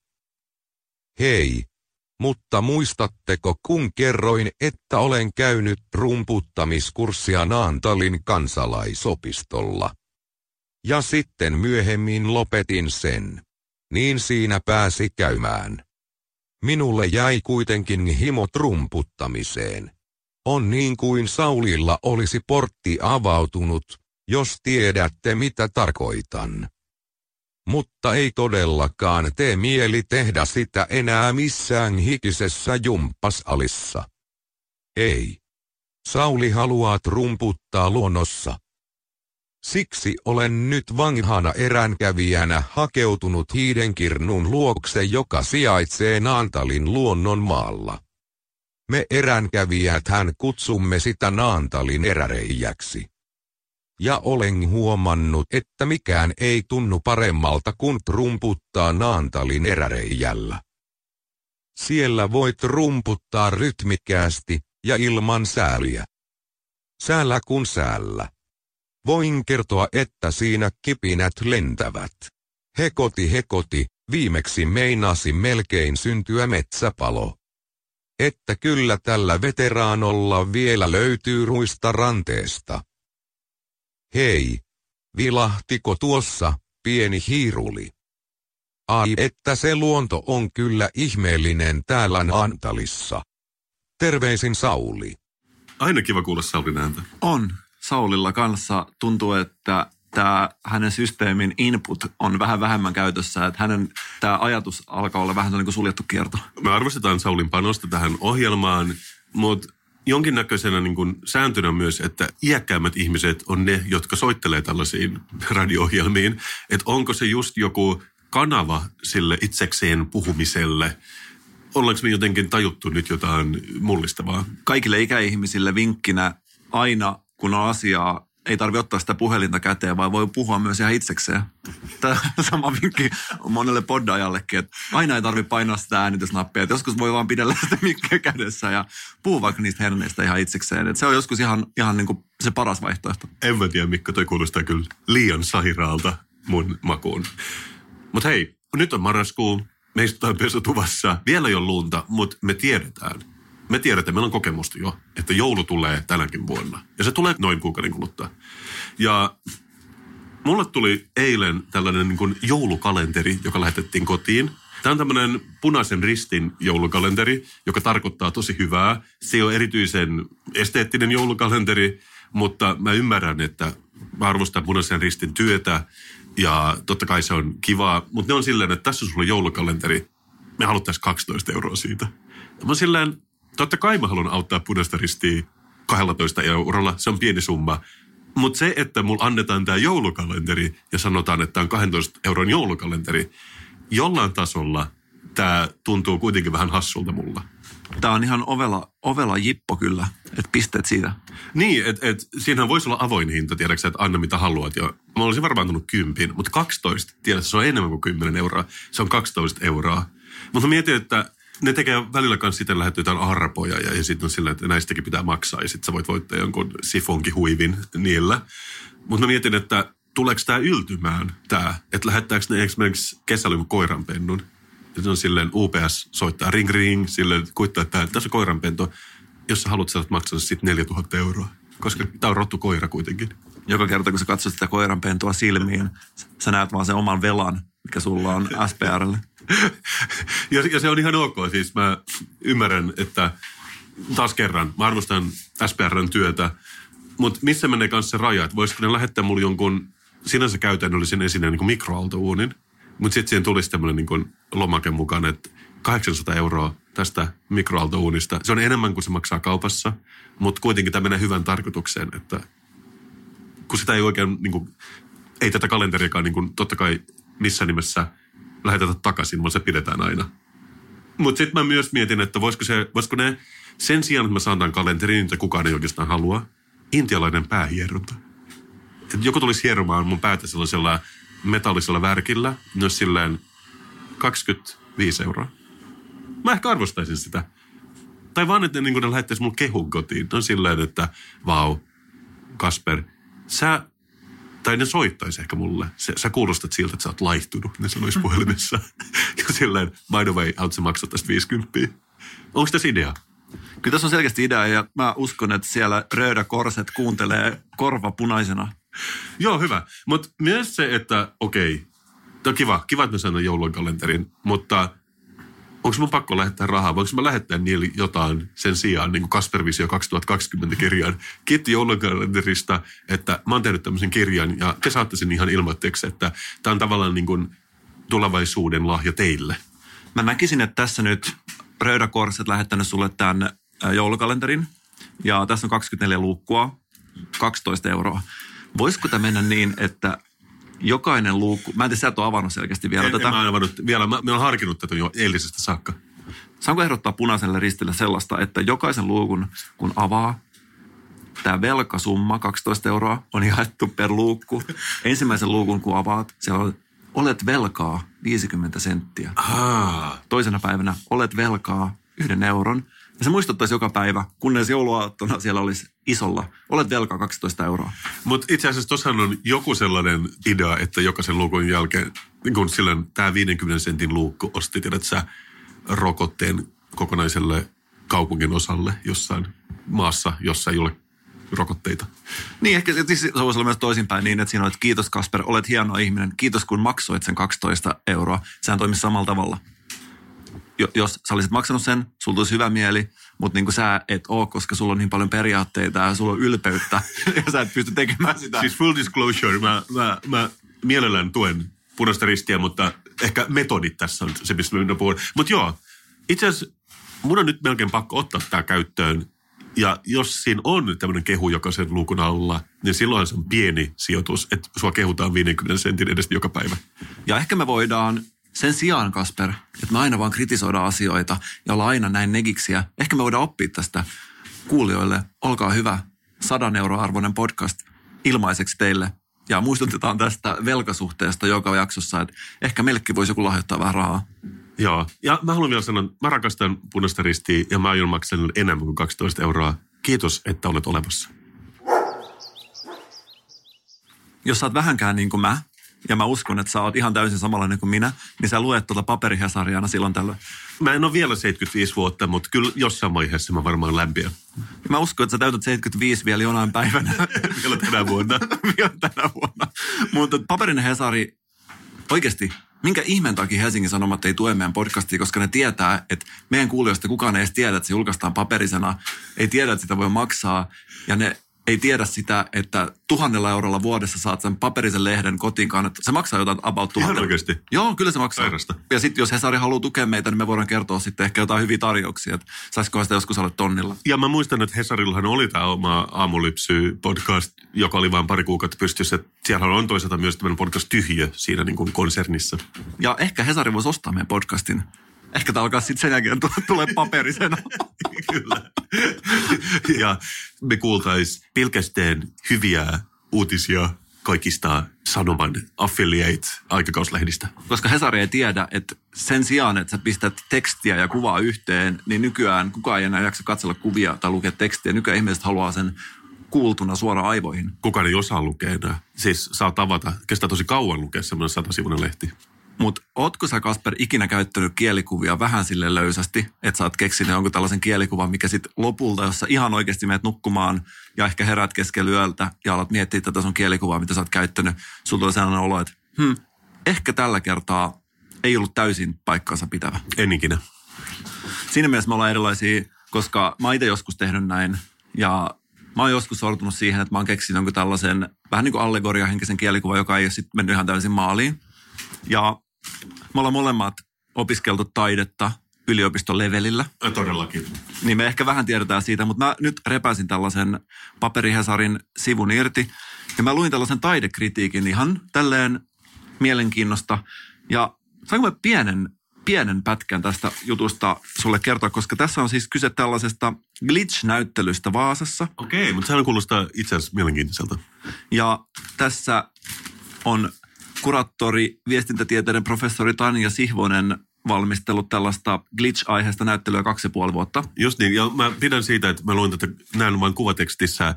Hei. Mutta muistatteko kun kerroin, että olen käynyt rumputtamiskurssia Naantalin kansalaisopistolla? Ja sitten myöhemmin lopetin sen. Niin siinä pääsi käymään. Minulle jäi kuitenkin himot rumputtamiseen. On niin kuin Saulilla olisi portti avautunut, jos tiedätte mitä tarkoitan. Mutta ei todellakaan tee mieli tehdä sitä enää missään hikisessä jumppasalissa. Ei. Sauli haluaa rumputtaa luonnossa. Siksi olen nyt vanhana eränkävijänä hakeutunut Hiidenkirnun luokse, joka sijaitsee Naantalin luonnonmaalla. Me eränkävijäthän kutsumme sitä Naantalin eräreijäksi. Ja olen huomannut, että mikään ei tunnu paremmalta kuin rumputtaa Naantalin eräreijällä. Siellä voit rumputtaa rytmikkäästi ja ilman sääliä. Säällä kun säällä. Voin kertoa, että siinä kipinät lentävät. Hekoti, viimeksi meinasi melkein syntyä metsäpalo. Että kyllä tällä veteraanolla vielä löytyy ruista ranteesta. Hei, vilahtiko tuossa, pieni hiiruli? Ai että se luonto on kyllä ihmeellinen täällä Naantalissa. Terveisin Sauli. Aina kiva kuulla Saulin ääntä. On. Saulilla kanssa tuntuu, että tämä hänen systeemin input on vähän vähemmän käytössä, että hänen tämä ajatus alkaa olla vähän niin kuin suljettu kierto. Me arvostetaan Saulin panosta tähän ohjelmaan, mutta jonkinnäköisenä niin kuin sääntönä myös, että iäkkäämmät ihmiset on ne, jotka soittelee tällaisiin radio-ohjelmiin. Että onko se just joku kanava sille itsekseen puhumiselle? Ollaanko me jotenkin tajuttu nyt jotain mullistavaa? Kaikille ikäihmisille vinkkinä aina, kun on asiaa, ei tarvitse ottaa sitä puhelinta käteen, vaan voi puhua myös ihan itsekseen. Tämä sama vinkki on monelle poddajallekin, että aina ei tarvitse painaa sitä äänitysnappia. Että joskus voi vaan pidellä sitä mikkiä kädessä ja puhua vaikka niistä herneistä ihan itsekseen. Että se on joskus ihan niin kuin se paras vaihtoehto. En mä tiedä, Mikko, toi kuulostaa kyllä liian sairaalta mun makuun. Mutta hei, nyt on marraskuu, me istutaan pesutuvassa. Vielä ei ole lunta, mutta me tiedetään, meillä on kokemusta jo, että joulu tulee tänäkin vuonna. Ja se tulee noin kuukauden kuluttua. Ja mulle tuli eilen tällainen niin kuin joulukalenteri, joka lähetettiin kotiin. Tämä on tämmöinen Punaisen Ristin joulukalenteri, joka tarkoittaa tosi hyvää. Se ei ole erityisen esteettinen joulukalenteri, mutta mä ymmärrän, että Mä arvostan Punaisen Ristin työtä ja totta kai se on kivaa, mutta ne on silleen, että tässä on sulla joulukalenteri. Me haluttaisiin 12 euroa siitä. Ja mä oon silleen, totta kai mä haluan auttaa Punaista Ristiä 12 eurolla. Se on pieni summa. Mutta se, että mulla annetaan tämä joulukalenteri ja sanotaan, että tämä on 12 euron joulukalenteri, jollain tasolla tämä tuntuu kuitenkin vähän hassulta mulla. Tämä on ihan ovela jippo kyllä, että pisteet siitä. Niin, että siinähän voisi olla avoin hinta, tiedätkö, että anna mitä haluat. Ja mä olisin varmaan tullut 10, mutta 12, tiedätkö, se on enemmän kuin 10 euroa. Se on 12 euroa. Mutta mietin, että ne tekee välillä kanssa sitten lähetty jotain arpoja ja sitten on sillä, että näistäkin pitää maksaa ja sitten sä voit voittaa jonkun sifonkihuivin niillä. Mutta mä mietin, että tuleeko tämä yltymään tämä, että lähettääkö ne esimerkiksi kesällä koiranpennun. Ja se on silleen UPS soittaa ring ring, silleen kuittaa, että tässä on koiranpento. Jos sä haluat, sä maksaa sitten 4 000 euroa, koska tämä on rottu koira kuitenkin. Joka kerta, kun sä katsot sitä koiranpentua silmiin, sä näet vaan sen oman velan, mikä sulla on SPRlle. Ja se on ihan ok. Siis mä ymmärrän, että taas kerran, mä arvostan SPRn työtä, mutta missä menee kanssa se raja, että voisiko ne lähettää mulle jonkun sinänsä käytännöllisen esineen niin kuin mikroaaltouunin, mutta sitten siihen tulisi tämmöinen niin kuin lomake mukaan, että 800 euroa tästä mikroaaltouunista. Se on enemmän kuin se maksaa kaupassa, mutta kuitenkin tämä menee hyvän tarkoitukseen, että kun sitä ei oikein, niin kuin, ei tätä kalenteriakaan niin kuin, totta kai missään nimessä lähetetä takaisin, vaan se pidetään aina. Mutta sitten mä myös mietin, että voisiko ne sen sijaan, että mä saan tämän kalenterin, että kukaan ei oikeastaan halua, intialainen päähieronta. Että joku tulisi hieromaan mun päätä sellaisella metallisella värkillä, myös silleen 25 euroa. Mä ehkä arvostaisin sitä. Tai vaan, että ne lähettäisi mun kehun kotiin. Ne on silleen, että vau, Kasper, tai ne soittaisi ehkä mulle. Sä kuulostat siltä, että sä oot laihtunut, ne sanois puhelimessa. Ja silleen, by the way, haluatko sä maksaa tästä 50? Onko tässä idea? Kyllä tässä on selkeästi idea ja mä uskon, että siellä Röda Korset kuuntelee korva punaisena. Joo, hyvä. Mutta myös se, että okei, tämä on kiva, että mä sanon joulukalenterin, mutta onko mun pakko lähettää rahaa? Voinko mä lähettää niille jotain sen sijaan, niin kuin Kasper Visio 2020-kirjan? Kiitti joulukalenterista, että mä oon tehnyt tämmöisen kirjan ja te saatte sen ihan ilmoitteeksi, että tämä on tavallaan niin kuin tulevaisuuden lahja teille. Mä näkisin, että tässä nyt Röda Korset lähettänyt sulle tämän joulukalenterin ja tässä on 24 luukkua, 12 euroa. Voisiko tämä mennä niin, että jokainen luukku, mä en tiedä, sä et ole avannut selkeästi vielä tätä. En mä avannut vielä, mä oon harkinnut tätä jo eilisestä saakka. Saanko ehdottaa Punaiselle Ristille sellaista, että jokaisen luukun, kun avaa, tämä velkasumma, 12 euroa, on jaettu per luukku. Ensimmäisen luukun, kun avaat, siellä on, olet velkaa 50 senttiä. Toisena päivänä olet velkaa 1 euron. Ja se muistuttaisi joka päivä, kunnes jouluaattona siellä olisi isolla. Olet velkaa 12 euroa. Mutta itse asiassa tossahan on joku sellainen idea, että jokaisen luukun jälkeen, niin kun silloin tämä 50 sentin luukku osti, tiedät sä, rokotteen kokonaiselle kaupungin osalle jossain maassa, jossa ei ole rokotteita. Niin, ehkä se voisi olla myös toisinpäin niin, että siinä on, että kiitos Kasper, olet hieno ihminen. Kiitos kun maksoit sen 12 euroa. Sehän toimisi samalla tavalla. Jos sä olisit maksanut sen, sulla tulisi hyvä mieli, mutta niin kuin sä et ole, koska sulla on niin paljon periaatteita ja sulla on ylpeyttä ja sä et pysty tekemään sitä. Siis full disclosure, mä mielellään tuen Punaista Ristiä, mutta ehkä metodit tässä on se, mistä mä puhun. Mutta joo, itse asiassa mun on nyt melkein pakko ottaa tämä käyttöön. Ja jos siinä on tämmöinen kehu jokaisen luukun alla, niin silloin se on pieni sijoitus, että sua kehutaan 50 sentin edestä joka päivä. Ja ehkä me voidaan sen sijaan, Kasper, että me aina vaan kritisoidaan asioita ja ollaan aina näin negiksiä. Ehkä me voidaan oppia tästä kuulijoille. Olkaa hyvä, 100 euroa arvoinen podcast ilmaiseksi teille. Ja muistutetaan tästä velkasuhteesta joka jaksossa, että ehkä meillekin voisi joku lahjoittaa vähän rahaa. Joo, ja mä haluan vielä sanoa, mä rakastan Punaista Ristiä ja mä aion maksaa enemmän kuin 12 euroa. Kiitos, että olet olemassa. Jos sä oot vähänkään niin kuin mä, ja mä uskon, että sä oot ihan täysin samanlainen kuin minä, niin sä luet tuota paperihesariana silloin tällöin. Mä en ole vielä 75 vuotta, mutta kyllä jossain vaiheessa mä varmaan lämpiän. Mä uskon, että sä täytät 75 vielä jonain päivänä. Vielä tänä vuonna. Vielä tänä vuonna. Mutta paperinen hesari, oikeasti, minkä ihmeen takia Helsingin Sanomat ei tue meidän podcastia, koska ne tietää, että meidän kuulijoista kukaan ei edes tiedä, että se julkaistaan paperisena. Ei tiedä, että sitä voi maksaa. Ja ne ei tiedä sitä, että 1 000 eurolla vuodessa saat sen paperisen lehden kotiin kannettu. Se maksaa jotain about 1000. Ihan oikeasti? Joo, kyllä se maksaa. Sairasta. Ja sitten jos Hesari haluaa tukea meitä, niin me voidaan kertoa sitten ehkä jotain hyviä tarjouksia. Että saisikohan sitä joskus alle tonnilla. Ja mä muistan, että Hesarillahan oli tämä oma Aamulypsy-podcast, joka oli vain 2 kuukautta pystyssä. Että siellä on toisaalta myös tämmöinen podcast Tyhjö siinä niin kuin konsernissa. Ja ehkä Hesari voisi ostaa meidän podcastin. Ehkä tämä alkaa sitten sen jälkeen tulee paperisena. Kyllä. Ja me kuultaisiin pelkästään hyviä uutisia kaikista Sanoman affiliate-aikakauslehdistä. Koska Hesari ei tiedä, että sen sijaan, että sä pistät tekstiä ja kuvaa yhteen, niin nykyään kukaan ei enää jaksa katsella kuvia tai lukea tekstiä. Nykyään ihmiset haluaa sen kuultuna suoraan aivoihin. Kukaan ei osaa lukea enää. Siis saa tavata. Kestää tosi kauan lukea semmoinen 100-sivuinen lehti. Mutta ootko sä, Kasper, ikinä käyttänyt kielikuvia vähän sille löysästi, että sä oot keksinyt jonkun tällaisen kielikuvan, mikä sitten lopulta, jos sä ihan oikeasti menet nukkumaan ja ehkä herät keskellä yöltä ja alat miettiä tätä sun kielikuvaa, mitä sä oot käyttänyt, sulla tulee sellainen olo, että ehkä tällä kertaa ei ollut täysin paikkaansa pitävä. En ikinä. Siinä mielessä me ollaan erilaisia, koska mä oon itse joskus tehnyt näin ja mä oon joskus sortunut siihen, että mä oon keksinyt jonkun tällaisen vähän niin kuin allegoriahenkisen kielikuvan, joka ei ole sitten mennyt ihan täysin maaliin. Ja me ollaan molemmat opiskeltu taidetta yliopiston levelillä. Todellakin. Niin me ehkä vähän tiedetään siitä, mutta mä nyt repäsin tällaisen paperihesarin sivun irti. Ja mä luin tällaisen taidekritiikin ihan tälleen mielenkiinnosta. Ja saanko mä pienen pätkän tästä jutusta sulle kertoa, koska tässä on siis kyse tällaisesta Glitch-näyttelystä Vaasassa. Okei, mutta sehän kuulostaa itse asiassa mielenkiintoiselta. Ja tässä on kuraattori, viestintätieteiden professori Tanja Sihvonen valmistellut tällaista Glitch-aiheesta näyttelyä 2,5 vuotta. Just niin, ja mä pidän siitä, että mä luin tätä, näen vain kuvatekstissä,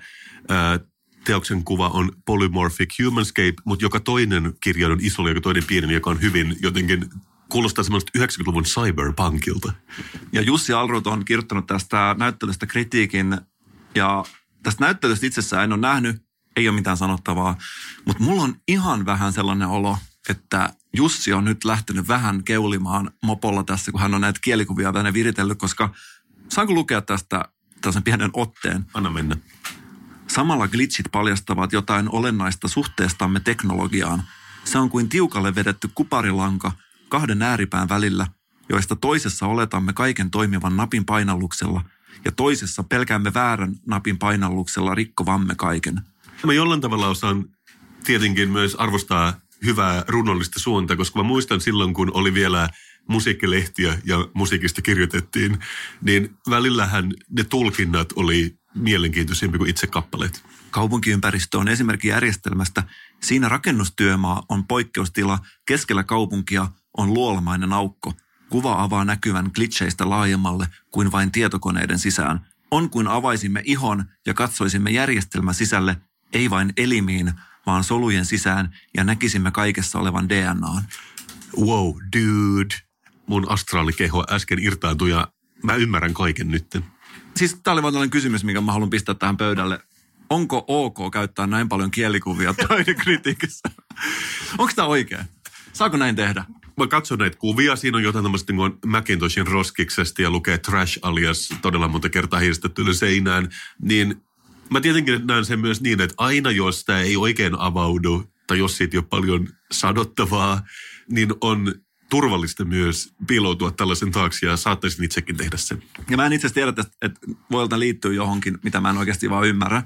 teoksen kuva on Polymorphic Humanscape, mutta joka toinen kirja on iso ja joka toinen pieni, joka on hyvin jotenkin, kuulostaa semmoista 90-luvun cyberpunkilta. Ja Jussi Alrut on kirjoittanut tästä näyttelystä kritiikin, ja tästä näyttelystä itsessään en ole nähnyt, ei ole mitään sanottavaa, mutta mulla on ihan vähän sellainen olo, että Jussi on nyt lähtenyt vähän keulimaan mopolla tässä, kun hän on näitä kielikuvia tänne viritellyt, koska saanko lukea tästä tällaisen pienen otteen? Anna mennä. Samalla glitchit paljastavat jotain olennaista suhteestamme teknologiaan. Se on kuin tiukalle vedetty kuparilanka 2 ääripään välillä, joista toisessa oletamme kaiken toimivan napin painalluksella ja toisessa pelkäämme väärän napin painalluksella rikkovamme kaiken. Mä jollain tavalla osaan tietenkin myös arvostaa hyvää runollista suuntaa, koska mä muistan silloin, kun oli vielä musiikkilehtiä ja musiikista kirjoitettiin, niin välillähän ne tulkinnat oli mielenkiintoisempi kuin itse kappaleet. Kaupunkiympäristö on esimerkki järjestelmästä. Siinä rakennustyömaa on poikkeustila, keskellä kaupunkia on luolamainen aukko. Kuva avaa näkyvän glitcheistä laajemmalle kuin vain tietokoneiden sisään. On kuin avaisimme ihon ja katsoisimme järjestelmän sisälle, ei vain elimiin, vaan solujen sisään ja näkisimme kaikessa olevan DNAn. Wow, dude. Mun astraalikeho äsken irtaantui ja mä ymmärrän kaiken nytten. Siis tää oli vaan tällainen kysymys, minkä mä haluan pistää tähän pöydälle. Onko ok käyttää näin paljon kielikuvia taidekritiikissä? Onko tämä oikein? Saako näin tehdä? Mä katson näitä kuvia. Siinä on jotain tämmöistä niin Macintoshin roskiksesta ja lukee trash alias todella monta kertaa hiistetty seinään. Niin mä tietenkin näen sen myös niin, että aina jos tämä ei oikein avaudu tai jos siitä ei ole paljon sanottavaa, niin on turvallista myös piiloutua tällaisen taakse ja saattaisin itsekin tehdä sen. Ja mä en itse asiassa tiedä, että voi liittyä johonkin, mitä mä en oikeasti vaan ymmärrä,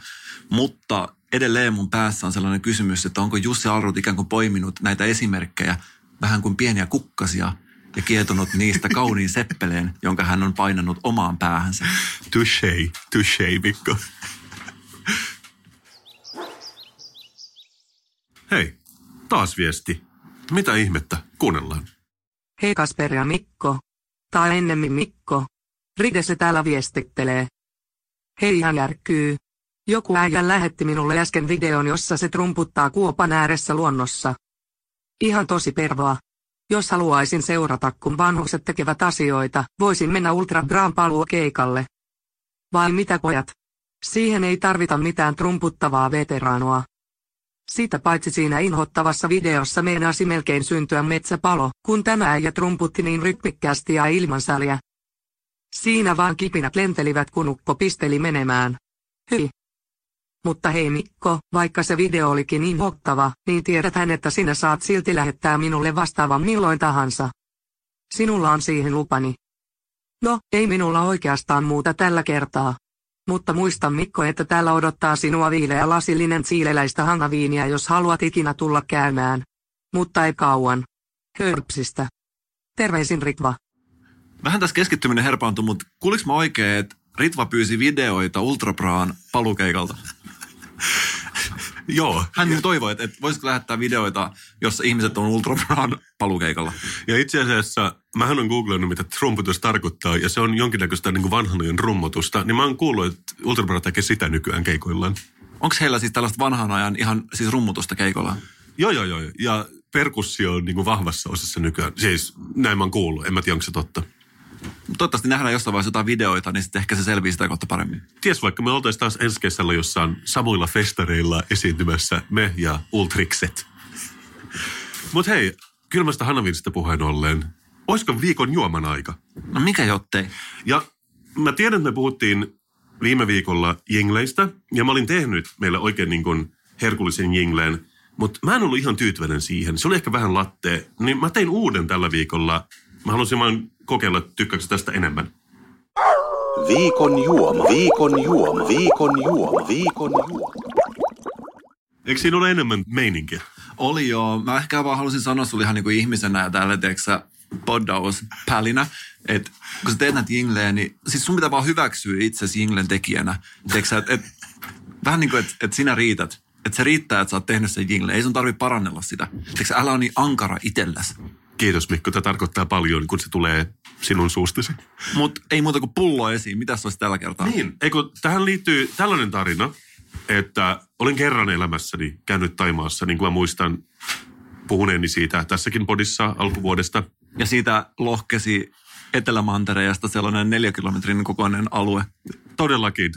mutta edelleen mun päässä on sellainen kysymys, että onko Jussi Alrut ikään kuin poiminut näitä esimerkkejä vähän kuin pieniä kukkasia ja kietonut niistä kauniin seppeleen, jonka hän on painanut omaan päähänsä. Touché, Mikko. Hei, taas viesti. Mitä ihmettä? Kuunnellaan. Hei Kasper ja Mikko. Tai ennemmin Mikko. Ride se täällä viestittelee. Hei ihan järkkyy. Joku äijä lähetti minulle äsken videon, jossa se trumputtaa kuopan ääressä luonnossa. Ihan tosi pervoa. Jos haluaisin seurata, kun vanhukset tekevät asioita, voisin mennä Ultra Bran paluukeikalle. Vai mitä pojat? Siihen ei tarvita mitään trumputtavaa veteraanoa. Sitä paitsi siinä inhottavassa videossa meinasi melkein syntyä metsäpalo, kun tämä äijä trumputti niin rytmikkäästi ja ilman säliä. Siinä vaan kipinät lentelivät, kun ukko pisteli menemään. Hyi. Mutta hei Mikko, vaikka se video olikin inhottava, niin tiedäthän, että sinä saat silti lähettää minulle vastaavan milloin tahansa. Sinulla on siihen lupani. No, ei minulla oikeastaan muuta tällä kertaa. Mutta muista Mikko, että täällä odottaa sinua viileä lasillinen siileläistä hangaviiniä, jos haluat ikinä tulla käymään. Mutta ei kauan. Hörpsistä. Terveisin Ritva. Vähän tässä keskittyminen herpaantui, mutta kuuliks mä oikein, että Ritva pyysi videoita Ultrabraan palukeikalta? Joo. Hän toivoi, että voisiko lähettää videoita, jossa ihmiset on Ultrabraan palukeikalla. Ja itse asiassa, mähän on googlannut, mitä trumputus tarkoittaa, ja se on jonkinnäköistä niin kuin vanhan ajan rummutusta. Niin mä oon kuullut, että Ultrabra tekee sitä nykyään keikoillaan. Onko heillä siis tällaista vanhan ajan ihan siis rummutusta keikolla? Joo. Ja perkussio on niin kuin vahvassa osassa nykyään. Siis näin mä oon kuullut, en mä tiedä, onko se totta. Toivottavasti nähdään jossain vaiheessa jotain videoita, niin sitten ehkä se selviää sitä kautta paremmin. Ties vaikka me oltaisiin taas ensi kesällä jossain samoilla festareilla esiintymässä, me ja Ultrikset. Mut hei, kylmästä hanaviinista puheen ollen, olisiko viikon juoman aika? No mikä jottei? Ja mä tiedän, että me puhuttiin viime viikolla jingleistä, ja mä olin tehnyt meille oikein niin kuin herkullisen jingleen, mutta mä en ollut ihan tyytyväinen siihen. Se oli ehkä vähän latte, niin mä tein uuden tällä viikolla. Mä halusin vaan kokeilla, tykkääkö tästä enemmän. Viikon juoma. Eikö siinä ole enemmän meininkiä? Oli joo. Mä ehkä vaan halusin sanoa sulle ihan niin kuin ihmisenä ja täällä, teeksä, poddauspäälinä, että kun sä teet näitä jingleä, niin siis sun pitää vaan hyväksyä itsesi jinglen tekijänä. Teeksä, että vähän niin kuin, että sinä riität. Että se riittää, että sä oot tehnyt sen jinglen. Ei sun tarvitse parannella sitä. Teeksä, älä ole niin ankara itselläsi. Kiitos Mikko, tämä tarkoittaa paljon, kun se tulee sinun suustasi. Mutta ei muuta kuin pullo esiin. Mitäs olisi tällä kertaa? Niin, eikö tähän liittyy tällainen tarina, että olen kerran elämässäni käynyt Thaimaassa, niin kuin mä muistan puhuneeni siitä tässäkin podissa alkuvuodesta. Ja siitä lohkesi Etelämantereesta sellainen 4 kilometrin kokoinen alue. Todellakin.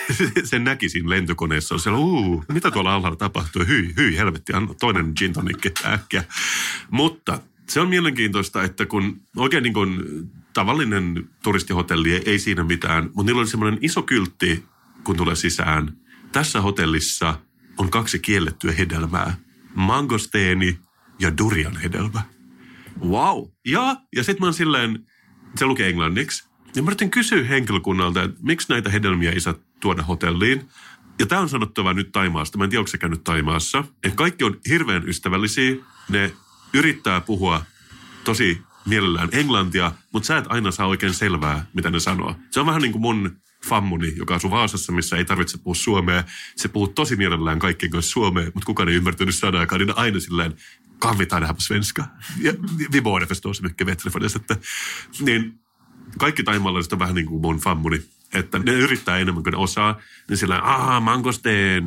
Sen näki siinä lentokoneessa. On siellä, mitä tuolla alhaalla tapahtuu? Hyi, helvetti, toinen gin tonikki äkkiä. Mutta se on mielenkiintoista, että kun oikein niin kuin tavallinen turistihotelli ei siinä mitään, mutta niillä oli semmoinen iso kyltti, kun tulee sisään. Tässä hotellissa on 2 kiellettyä hedelmää. Mangosteeni ja durian hedelmä. Wow. Ja sitten mä oon silleen, se lukee englanniksi. Ja mä yritin kysyä henkilökunnalta, että miksi näitä hedelmiä ei saa tuoda hotelliin. Ja tää on sanottava nyt Thaimaasta. Mä en tiedä, onko se käynyt Thaimaassa. Että kaikki on hirveän ystävällisiä. Ne yrittää puhua tosi mielellään englantia, mutta sä et aina saa oikein selvää, mitä ne sanoo. Se on vähän niin kuin mun fammuni, joka asuu Vaasassa, missä ei tarvitse puhua suomea. Se puhuu tosi mielellään kaikkien kanssa suomea, mutta kukaan ei ymmärtänyt sanaakaan, niin aina silleen, kan vi ta det här på svenska? Ja vi båda förstår så mycket bättre för det. Että, niin kaikki taimalaiset on vähän niin kuin mun fammuni, että ne yrittää enemmän kuin ne osaa. Niin sillä mangosteen,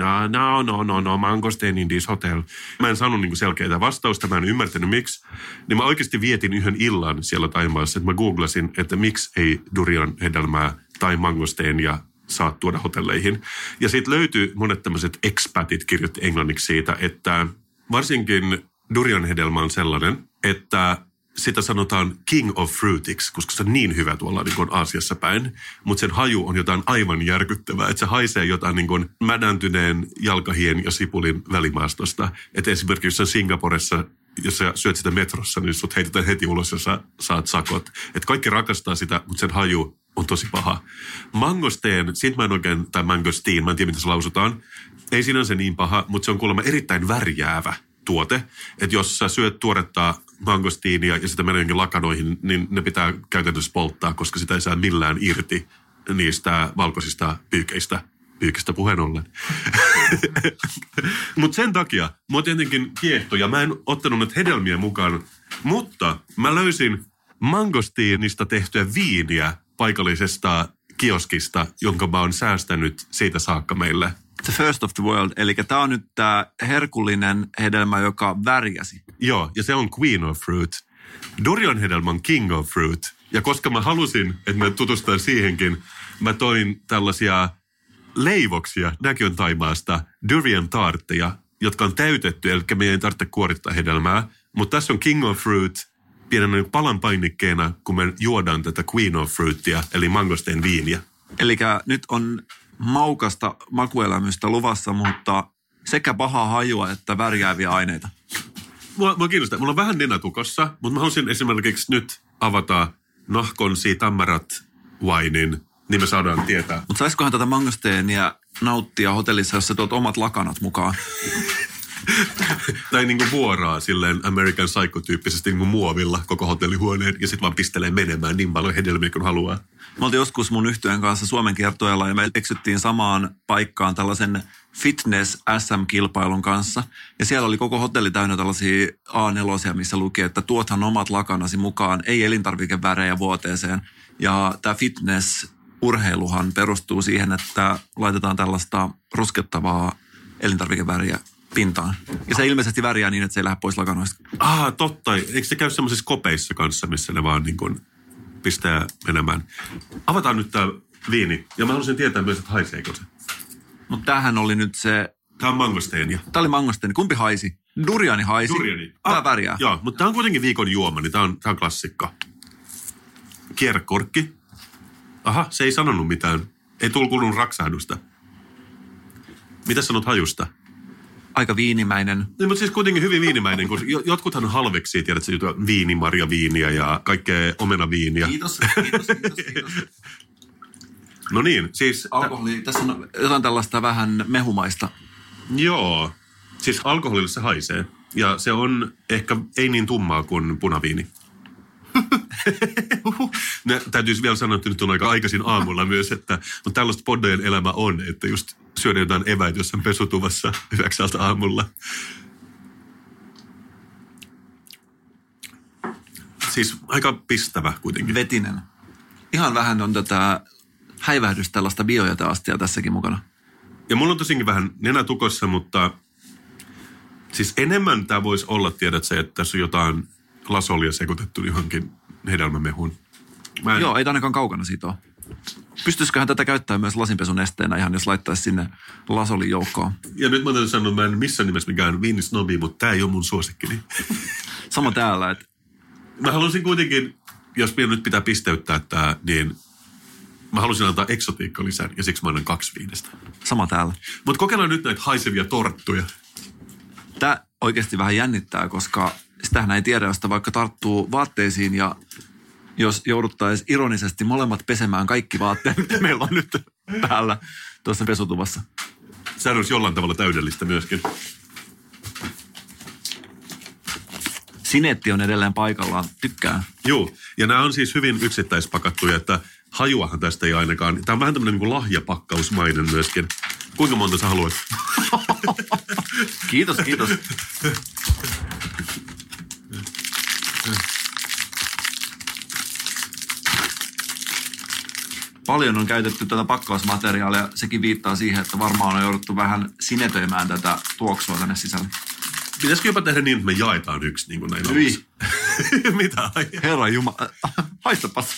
no, mangosteen in this hotel. Mä en saanut niin kuin selkeää vastausta, mä en ymmärtänyt miksi. Niin mä oikeasti vietin yhden illan siellä Thaimaassa, että mä googlasin, että miksi ei durian hedelmää tai mangosteenia saa tuoda hotelleihin. Ja siitä löytyy monet tämmöiset expatit kirjoitti englanniksi siitä, että varsinkin durian hedelmä on sellainen, että sitä sanotaan king of fruitiksi, koska se on niin hyvä tuolla niin kuin Aasiassa päin. Mutta sen haju on jotain aivan järkyttävää, että se haisee jotain niin kuin mädäntyneen jalkahien ja sipulin välimaastosta. Että esimerkiksi jossain Singaporessa, jos sä syöt sitä metrossa, niin sut heitetään heti ulos ja sä saat sakot. Että kaikki rakastaa sitä, mutta sen haju on tosi paha. Mangosteen, siitä mä en oikein, tai mangosteen, mä en tiedä mitä se lausutaan, ei sinänsä niin paha, mutta se on kuulemma erittäin värjäävä tuote. Että jos sä syöt tuoretta mangostiinia ja sitä menee jonkin lakanoihin, niin ne pitää käytännössä polttaa, koska sitä ei saa millään irti niistä valkoisista pyykistä puheen ollen. Mutta sen takia mua tietenkin kiehtoi ja mä en ottanut näitä hedelmiä mukaan, mutta mä löysin mangostiinista tehtyä viiniä paikallisesta kioskista, jonka mä oon säästänyt siitä saakka meille. The first of the world, eli tämä on nyt tämä herkullinen hedelmä, joka värjäsi. Joo, ja se on queen of fruit. Durian hedelmä on king of fruit. Ja koska mä halusin, että me tutustutaan siihenkin, mä toin tällaisia leivoksia, näkin on Thaimaasta, durian tartteja, jotka on täytetty, eli meidän ei tarvitse kuorittaa hedelmää. Mutta tässä on king of fruit pienen palan painikkeena, kun me juodaan tätä queen of fruitia, eli mangosteen viiniä. Eli nyt on maukasta makuelämystä luvassa, mutta sekä pahaa hajua että värjääviä aineita. Mua kiinnostaa. Mulla on vähän nenätukossa, mutta mä haluaisin esimerkiksi nyt avata Nahkonsi Tammarat Winein, niin me saadaan tietää. Mutta saisikohan tätä mangosteenia nauttia hotellissa, jos sä tuot omat lakanat mukaan? Tai niinku vuoraa silleen American Psycho-tyyppisesti niinku muovilla koko hotellihuoneen ja sitten vaan pistelee menemään niin paljon hedelmiä kuin haluaa. Mä oltiin joskus mun yhtyeen kanssa Suomen kiertueella ja me eksyttiin samaan paikkaan tällaisen fitness SM-kilpailun kanssa. Ja siellä oli koko hotelli täynnä tällaisia A4, missä luki, että tuothan omat lakanasi mukaan, ei elintarvikevärejä vuoteeseen. Ja tämä fitness-urheiluhan perustuu siihen, että laitetaan tällaista ruskettavaa elintarvikeväriä pintaan. Ja se ilmeisesti värjää niin, että se ei lähde pois lakanoista. Totta. Eikö se käy semmoisissa kopeissa kanssa, missä ne vaan niin kuin pistää menemään? Avataan nyt tää viini. Ja mä haluaisin tietää myös, että haiseeko se. Mutta tämähän oli nyt se... Tää on mangosteenia. Tää oli mangosteeni. Kumpi haisi? Duriani haisi. Duriani. Tää värjää. Joo, mutta tää on kuitenkin viikon juoma, niin tää on klassikko. Kierrekorkki. Aha, se ei sanonut mitään. Ei tulkunut raksahdusta. Mitä sanot hajusta? Aika viinimäinen. Niin, mutta siis kuitenkin hyvin viinimäinen, kun jotkuthan halveksii, tiedätkö, viinimarjaviiniä ja kaikkea omenaviiniä. Kiitos. No niin, siis... Alkoholi, tässä on jotain tällaista vähän mehumaista. Joo, siis alkoholille se haisee. Ja se on ehkä ei niin tummaa kuin punaviini. Täytyisi vielä sanoa, että nyt on aika aikaisin aamulla myös, mutta tällaista poddojen elämä on, että just syödään jotain eväitä jossain pesutuvassa 9 aamulla. Siis aika pistävä kuitenkin. Vetinen. Ihan vähän on tätä häivähdystä tällaista biojäteastia tässäkin mukana. Ja mulla on tosinkin vähän nenätukossa, mutta siis enemmän tämä voisi olla, tiedät se, että tässä on jotain lasolia sekoitettu johonkin hedelmämehuun. Joo, ei ainakaan kaukana siitä ole. Pystyisiköhän tätä käyttää myös lasinpesun esteenä ihan, jos laittaisi sinne lasolin joukkoon? Ja nyt mä täytyy sanoa, että mä en missään nimessä mikään viinisnobi, mutta tää ei ole mun suosikkini. Sama täällä, että... Mä haluaisin kuitenkin, jos minä nyt pitää pisteyttää tää, niin mä haluaisin antaa eksotiikka lisän ja siksi mä annan 2 viinistä. Sama täällä. Mutta kokeillaan nyt näitä haisevia torttuja. Tää oikeasti vähän jännittää, koska sitähän ei tiedä, josta vaikka tarttuu vaatteisiin ja jos jouduttaisiin ironisesti molemmat pesemään kaikki vaatteet, mitä meillä on nyt päällä tuossa pesutuvassa. Sehän olisi jollain tavalla täydellistä myöskin. Sinetti on edelleen paikallaan. Tykkään. Joo, ja nämä on siis hyvin yksittäispakattuja, että hajuahan tästä ei ainakaan. Tämä on vähän tämmöinen niin kuin lahjapakkausmainen myöskin. Kuinka monta sä haluat? Kiitos. Paljon on käytetty tätä pakkausmateriaalia. Sekin viittaa siihen, että varmaan on jouduttu vähän sinetöimään tätä tuoksua tänne sisälle. Pitäisikö jopa tehdä niin, että me jaetaan yksi niin kuin näin aluksi? Mitä? Herra Jumala. Haistapas.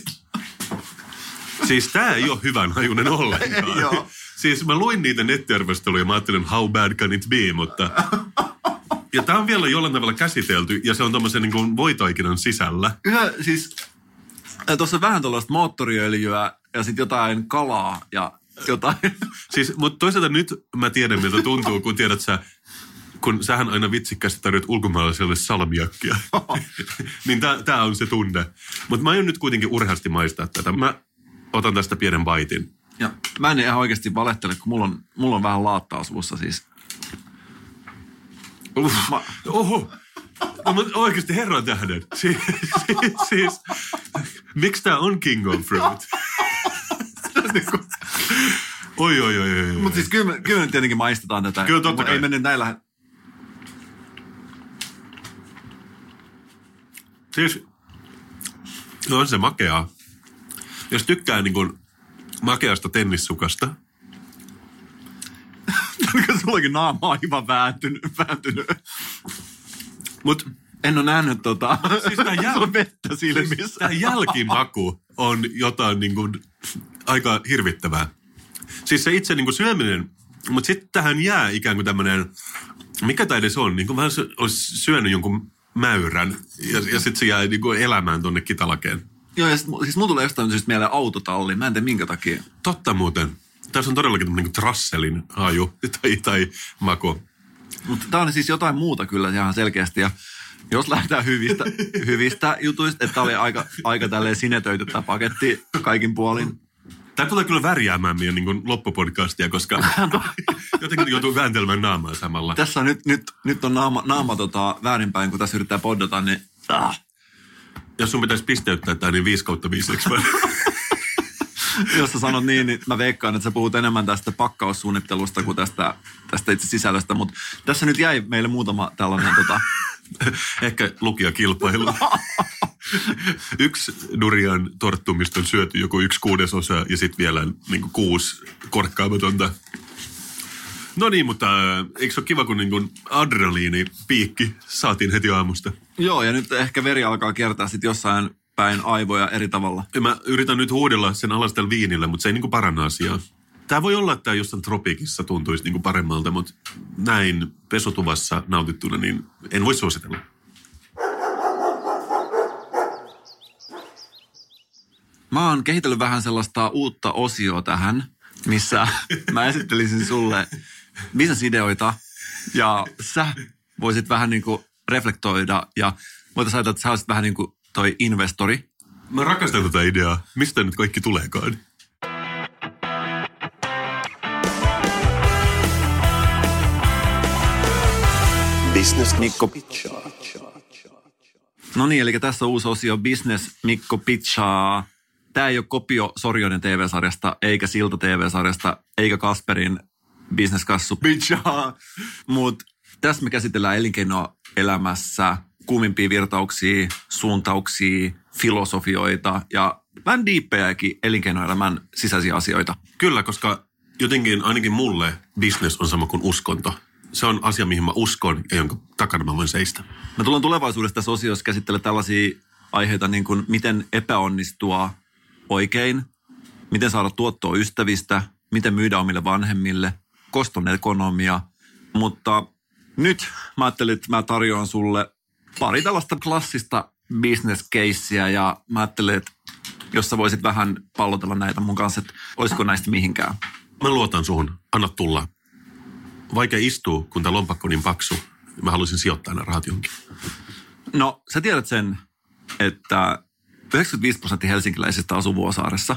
Siis tää ei ole hyvän hajunen ollenkaan. Joo. Siis mä luin niitä nettiarvosteluja ja mä ajattelin, how bad can it be, mutta... Ja tää on vielä jollain tavalla käsitelty ja se on tommosen niin kuin voitaikinan sisällä. Tuossa on vähän tuollaista moottoriöljyä ja sitten jotain kalaa ja jotain. Siis, mutta toisaalta nyt mä tiedän, miltä tuntuu, kun tiedät sä, kun sähän aina vitsikkäästi tarjoat ulkomaalaiselle salmiakkia. Niin tää on se tunne. Mutta mä aion nyt kuitenkin urheasti maistaa tätä. Mä otan tästä pienen baitin. Ja mä en ihan oikeasti valehtele, kun mulla on vähän laattaa suussa siis. Oho! No, mutta oikeasti herran tähden. Siis miksi tää on king of fruit? Oi. Mutta siis kyllä nyt tietenkin maistetaan tätä. Kyllä totta kai. Ei mennyt näin lähde. Siis, no on se makeaa. Jos tykkää niin kuin makeasta tennissukasta. Sullakin naama on ihan vääntynyt. Mut en ole nähnyt siis tää vettä silmissä. Tää jälkimaku on jotain niin kuin aika hirvittävää. Siis se itse niin kuin syöminen, mutta sitten tähän jää ikään kuin tämmönen, mikä tää edes on, niin kuin vähän olisi syönyt jonkun mäyrän ja sitten se jää niin kuin elämään tonne kitalakeen. Joo, ja siis mulla tulee jostain syystä mieleen autotalli. Mä en tiedä minkä takia. Totta muuten. Tässä on todellakin tämmöinen niin trasselin haju tai mako. Mutta tää on siis jotain muuta kyllä ihan selkeästi. Ja jos lähdetään hyvistä jutuista, että tää oli aika tälleen sinetöity tää paketti kaikin puolin. Tämä tulee kyllä värjäämään meidän niin loppupodcastia, koska jotenkin joutuu vääntelemään naamaa samalla. Tässä on nyt on naama väärinpäin, kun tässä yrittää poddata, niin... Jos sun pitäisi pisteyttää tämä, niin 5/5. Jos sä sanot niin mä veikkaan, että sä puhut enemmän tästä pakkaussuunnittelusta kuin tästä itse sisällöstä, mutta tässä nyt jäi meille muutama tällainen ehkä lukijakilpailu. 1 durian torttumista on syöty joku 1/6 ja sitten vielä niin 6 korkkaamatonta. No niin, mutta eikö se ole kiva, kun niin adrenaliinipiikki saatiin heti aamusta? Joo, ja nyt ehkä veri alkaa kiertää sitten jossain päin aivoja eri tavalla. Ja mä yritän nyt huudella sen alastel viinillä, mutta se ei niin paranna asiaa. Tämä voi olla, että jossain tropiikissa tuntuisi niin paremmalta, mutta näin pesutuvassa nautittuna, niin en voi suositella. Mä oon kehitellyt vähän sellaista uutta osioa tähän, missä mä esittelisin sulle bisnesideoita ja sä voisit vähän niin kuin reflektoida ja voitaisiin ajatella, että sä olisit vähän niin kuin toi investori. Mä rakastan tätä ideaa. Mistä nyt kaikki tuleekaan? Business Mikko pitchaa. No niin, eli tässä on uusi osio Business Mikko pitchaa. Tämä ei ole kopio Sorjonen TV-sarjasta, eikä Silta TV-sarjasta, eikä Kasperin Business-kassu pitchaa. Mutta tässä me käsitellään elinkeinoelämässä kuumimpia virtauksia, suuntauksia, filosofioita ja vähän diippejäkin elinkeinoelämän sisäisiä asioita. Kyllä, koska jotenkin ainakin mulle business on sama kuin uskonto. Se on asia, mihin mä uskon ja jonka takana mä voin seistä. Mä tulen tulevaisuudessa tässä osiossa käsittelemään tällaisia aiheita niin kuin miten epäonnistua oikein, miten saada tuottoa ystävistä, miten myydä omille vanhemmille, koston ekonomia. Mutta nyt mä ajattelin, että mä tarjoan sulle pari tällaista klassista business casea ja mä ajattelin, että jos sä voisit vähän pallotella näitä mun kanssa, että olisiko näistä mihinkään. Mä luotan suhun. Anna tulla. Vaikea istua, kun tää lompakko on niin paksu. Mä haluaisin sijoittaa nämä rahat johonkin. No, sä tiedät sen, että 95% helsinkiläisistä asuu Vuosaaressa.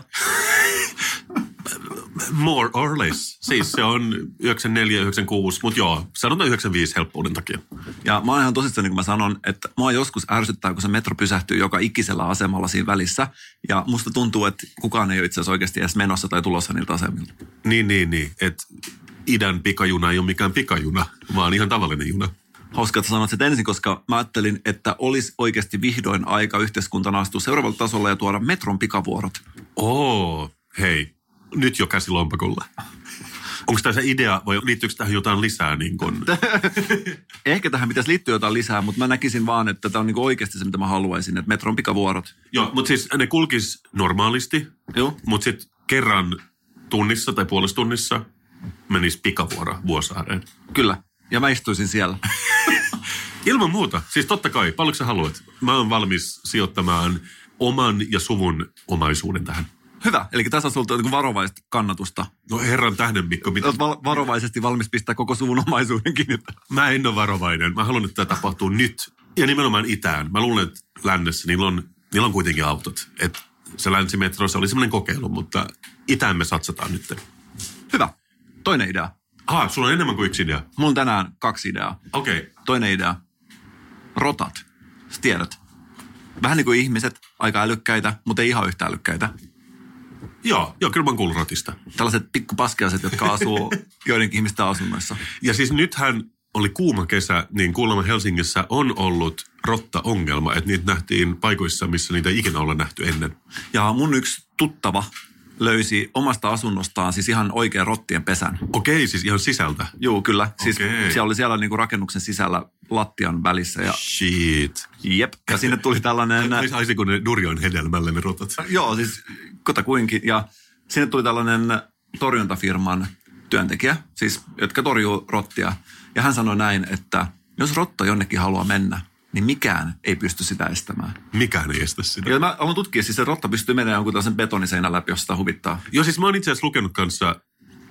More or less. Siis se on 94, 96, mutta joo, sanotaan 95 helppouden takia. Ja mä oon ihan tosissani, kun mä sanon, että mua joskus ärsyttää, kun se metro pysähtyy joka ikisellä asemalla siinä välissä. Ja musta tuntuu, että kukaan ei ole itse asiassa oikeasti edes menossa tai tulossa niiltä asemilta. Niin. Että idän pikajuna ei ole mikään pikajuna, vaan ihan tavallinen juna. Hauska, että sanot sen ensin, koska mä ajattelin, että olisi oikeasti vihdoin aika yhteiskuntana astua seuraavalle tasolle ja tuoda metron pikavuorot. Hei. Nyt jo käsilompakolla. Onko tämä se idea vai liittyykö tähän jotain lisää? Niin kun? Ehkä tähän pitäisi liittyä jotain lisää, mutta mä näkisin vaan, että tämä on niin oikeasti se, mitä mä haluaisin, että metron pikavuorot. Joo, mutta siis ne kulkis normaalisti, mutta sitten kerran tunnissa tai puolessa tunnissa menisi pikavuoro Vuosaareen. Kyllä, ja mä istuisin siellä. Ilman muuta. Siis totta kai, paljonko sä haluat? Mä oon valmis sijoittamaan oman ja suvun omaisuuden tähän. Hyvä, eli tässä on sulta varovaista kannatusta. No herran tähden, Mikko. Mitä? Olet varovaisesti valmis pistää koko suvun omaisuuden kiinni. Mä en ole varovainen. Mä haluan, että tämä tapahtuu nyt. Ja nimenomaan itään. Mä luulen, että lännessä niillä on kuitenkin autot. Että se länsimetro, se oli semmoinen kokeilu, mutta itään me satsataan nyt. Hyvä. Toinen idea. Sulla on enemmän kuin yksi idea. Mulla on tänään 2 ideaa. Okei. Toinen idea. Rotat. Sä tiedät. Vähän niin kuin ihmiset, aika älykkäitä, mutta ei ihan yhtä älykkäitä. Joo, kyllä mä oon kuullut rotista. Tällaiset pikkupaskiaiset, jotka asuu joidenkin ihmisten asunnoissa. Ja siis nythän oli kuuma kesä, niin kuulemma Helsingissä on ollut rotta-ongelma, että niitä nähtiin paikoissa, missä niitä ei ikinä olla nähty ennen. Ja mun yksi tuttava löysi omasta asunnostaan siis ihan oikean rottien pesän. Okei, siis ihan sisältä? Joo, kyllä. Siis siellä oli siellä niinku rakennuksen sisällä lattian välissä. Ja... Shit. Jep. Ja sinne tuli tällainen... Aisiko ne durian hedelmälle ne rotat? Joo, siis kotakuinkin. Ja sinne tuli tällainen torjuntafirman työntekijä, siis jotka torjuu rottia. Ja hän sanoi näin, että jos rotta jonnekin haluaa mennä, niin mikään ei pysty sitä estämään. Mikään ei estä sitä. Ja mä haluan tutkia, siis se rotta pystyy menemään jonkun tällaisen betoniseinän läpi, jos sitä huvittaa. Joo, siis mä oon itse asiassa lukenut kanssa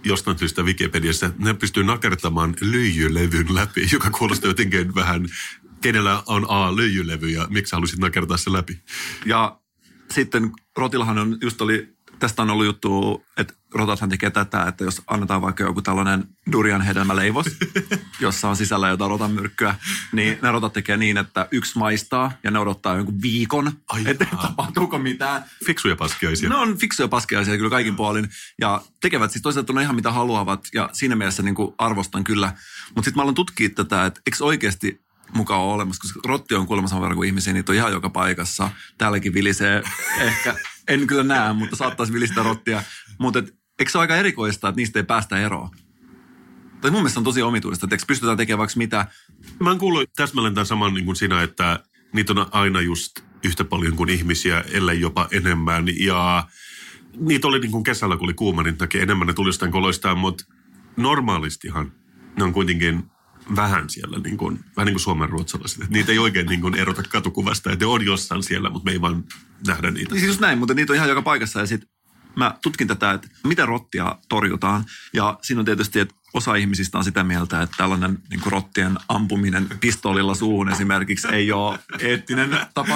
jostain syystä Wikipediassa, ne pystyy nakertamaan lyijylevyn läpi, joka kuulostaa jotenkin vähän, kenellä on lyijylevy ja miksi haluaisit nakertaa se läpi. Ja sitten rotillahan on, just oli, tästä on ollut juttu, että rotathan tekee tätä, että jos annetaan vaikka joku tällainen durian hedelmäleivos, jossa on sisällä jotain rotanmyrkkyä, niin ne rotat tekee niin, että yksi maistaa ja ne odottaa jonkun viikon, että tapahtuuko mitään. Fiksuja paskiaisia. Ne on fiksuja paskiaisia kyllä kaikin puolin ja tekevät siis toisaalta ihan mitä haluavat ja siinä mielessä niin kuin arvostan kyllä. Mutta sitten mä aloin tutkia tätä, että eikö oikeasti mukaan ole olemassa, koska rotti on kuulemma saman verran kuin ihmisiä, niitä on ihan joka paikassa. Täälläkin vilisee ehkä, en kyllä näe, mutta saattaisi vilistää rottia. Mutta eikö se ole aika erikoista, että niistä ei päästä eroon? Tai mun mielestä on tosi omituista, että eikö pystytään tekemään vaikka mitä? Mä oon kuullut täsmälleen tämän saman niin kuin sinä, että niitä on aina just yhtä paljon kuin ihmisiä, ellei jopa enemmän. Ja niitä oli niin kuin kesällä, kun oli kuuma, niin takia enemmän ne tuli jostain koloistaan, mutta normaalistihan ne on kuitenkin vähän siellä, niin kuin, vähän niin kuin suomenruotsalaiset. Niitä ei oikein niin kuin erota katukuvasta, että ne on jossain siellä, mutta me ei vaan nähdä niitä. Siis just näin, mutta niitä on ihan joka paikassa ja sitten mä tutkin tätä, että miten rottia torjutaan. Ja siinä on tietysti, että osa ihmisistä on sitä mieltä, että tällainen niin kuin rottien ampuminen pistoolilla suuhun esimerkiksi ei ole eettinen tapa.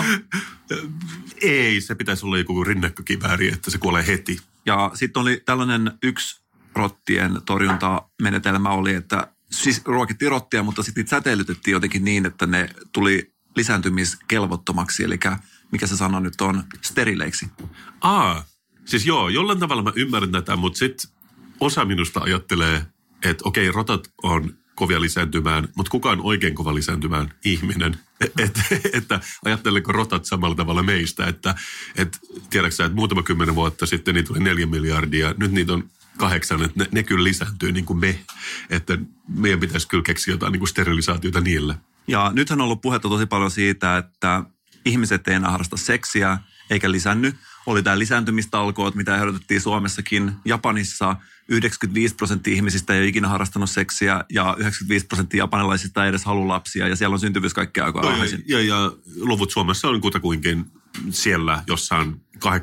Ei, se pitäisi olla joku rinnekkökivääri, että se kuolee heti. Ja sitten oli tällainen yksi rottien torjuntamenetelmä oli, että siis ruokittiin rottia, mutta sitten niitä säteilytettiin jotenkin niin, että ne tuli lisääntymiskelvottomaksi, eli mikä se sana nyt on, sterileiksi. Siis joo, jollain tavalla mä ymmärrän tätä, mutta sitten osa minusta ajattelee, että okei, rotat on kovia lisääntymään, mutta kuka on oikein kova lisääntymään? Ihminen. Että ajatteleeko rotat samalla tavalla meistä, että tiedätkö sä, että muutama 10 vuotta sitten niitä oli 4 miljardia, nyt niitä on 8, että ne kyllä lisääntyy niin kuin me, että meidän pitäisi kyllä keksiä jotain niin kuin sterilisaatiota niille. Ja nythän on ollut puhetta tosi paljon siitä, että ihmiset ei enää harrasta seksiä eikä lisänny. Oli tämä lisääntymistalkoot, mitä ehdotettiin Suomessakin. Japanissa 95% ihmisistä ei ole ikinä harrastanut seksiä ja 95% japanilaisista ei edes halua lapsia ja siellä on syntyvyys kaikkea aikaa alhaisin. Ja luvut Suomessa on kutakuinkin siellä jossain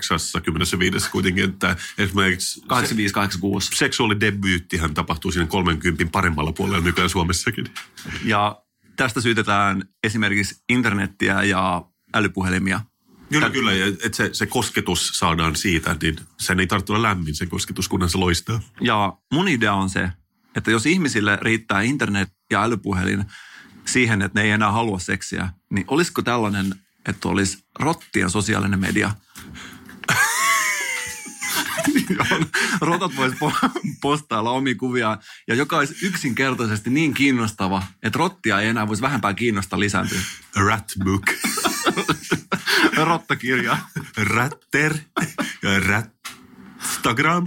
85 kuitenkin, että esimerkiksi 85-86. Seksuaalidebyyttihän tapahtuu siinä 30 paremmalla puolella nykyään Suomessakin. Ja tästä syytetään esimerkiksi internettiä ja älypuhelimia. Kyllä, että se kosketus saadaan siitä, niin sen ei tarvitse olla lämmin se kosketus, kunhan se loistaa. Ja mun idea on se, että jos ihmisille riittää internet ja älypuhelin siihen, että ne ei enää halua seksiä, niin olisiko tällainen, että olisi rottien sosiaalinen media? Rotat vois postailla omia kuvia ja joka olisi yksinkertaisesti niin kiinnostava, että rottia ei enää voisi vähempää kiinnostaa lisääntyä. Ratbook. Rottakirja. Ratter ja Rattagram.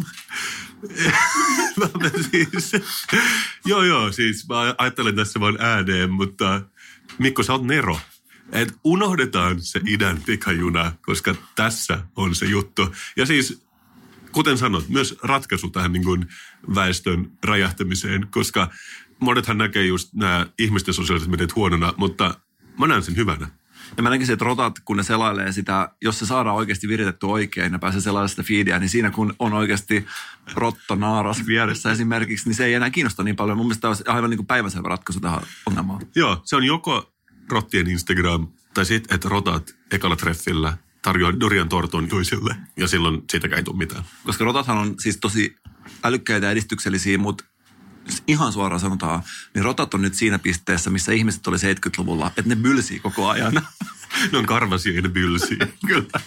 Siis mä ajattelen tässä vaan ääneen, mutta Mikko, sä oot Nero. Et unohdetaan se idän pikajuna, koska tässä on se juttu. Ja siis, kuten sanot, myös ratkaisu tähän niin kuin väestön räjähtämiseen, koska monethan näkee just nämä ihmisten sosiaaliset mediat huonona, mutta mä näen sen hyvänä. Ja mä näkisin, että rotat, kun ne selailee sitä, jos se saadaan oikeasti viritetty oikein ja pääsee selailemaan sitä feedia, niin siinä kun on oikeasti rottonaaras vieressä esimerkiksi, niin se ei enää kiinnosta niin paljon. Mun mielestä tämä olisi aivan niin kuin päiväselvä ratkaisu tähän ongelmaan. Joo, se on joko rottien Instagram tai sitten, että rotat ekalla treffillä tarjoaa durian tortun toisille ja silloin siitäkään ei tule mitään. Koska rotathan on siis tosi älykkäitä ja edistyksellisiä, mutta ihan suoraan sanotaan, niin rotat on nyt siinä pisteessä, missä ihmiset oli 70-luvulla, että ne bylsii koko ajan. Ne on karvasia ja ne bylsii. Kyllä.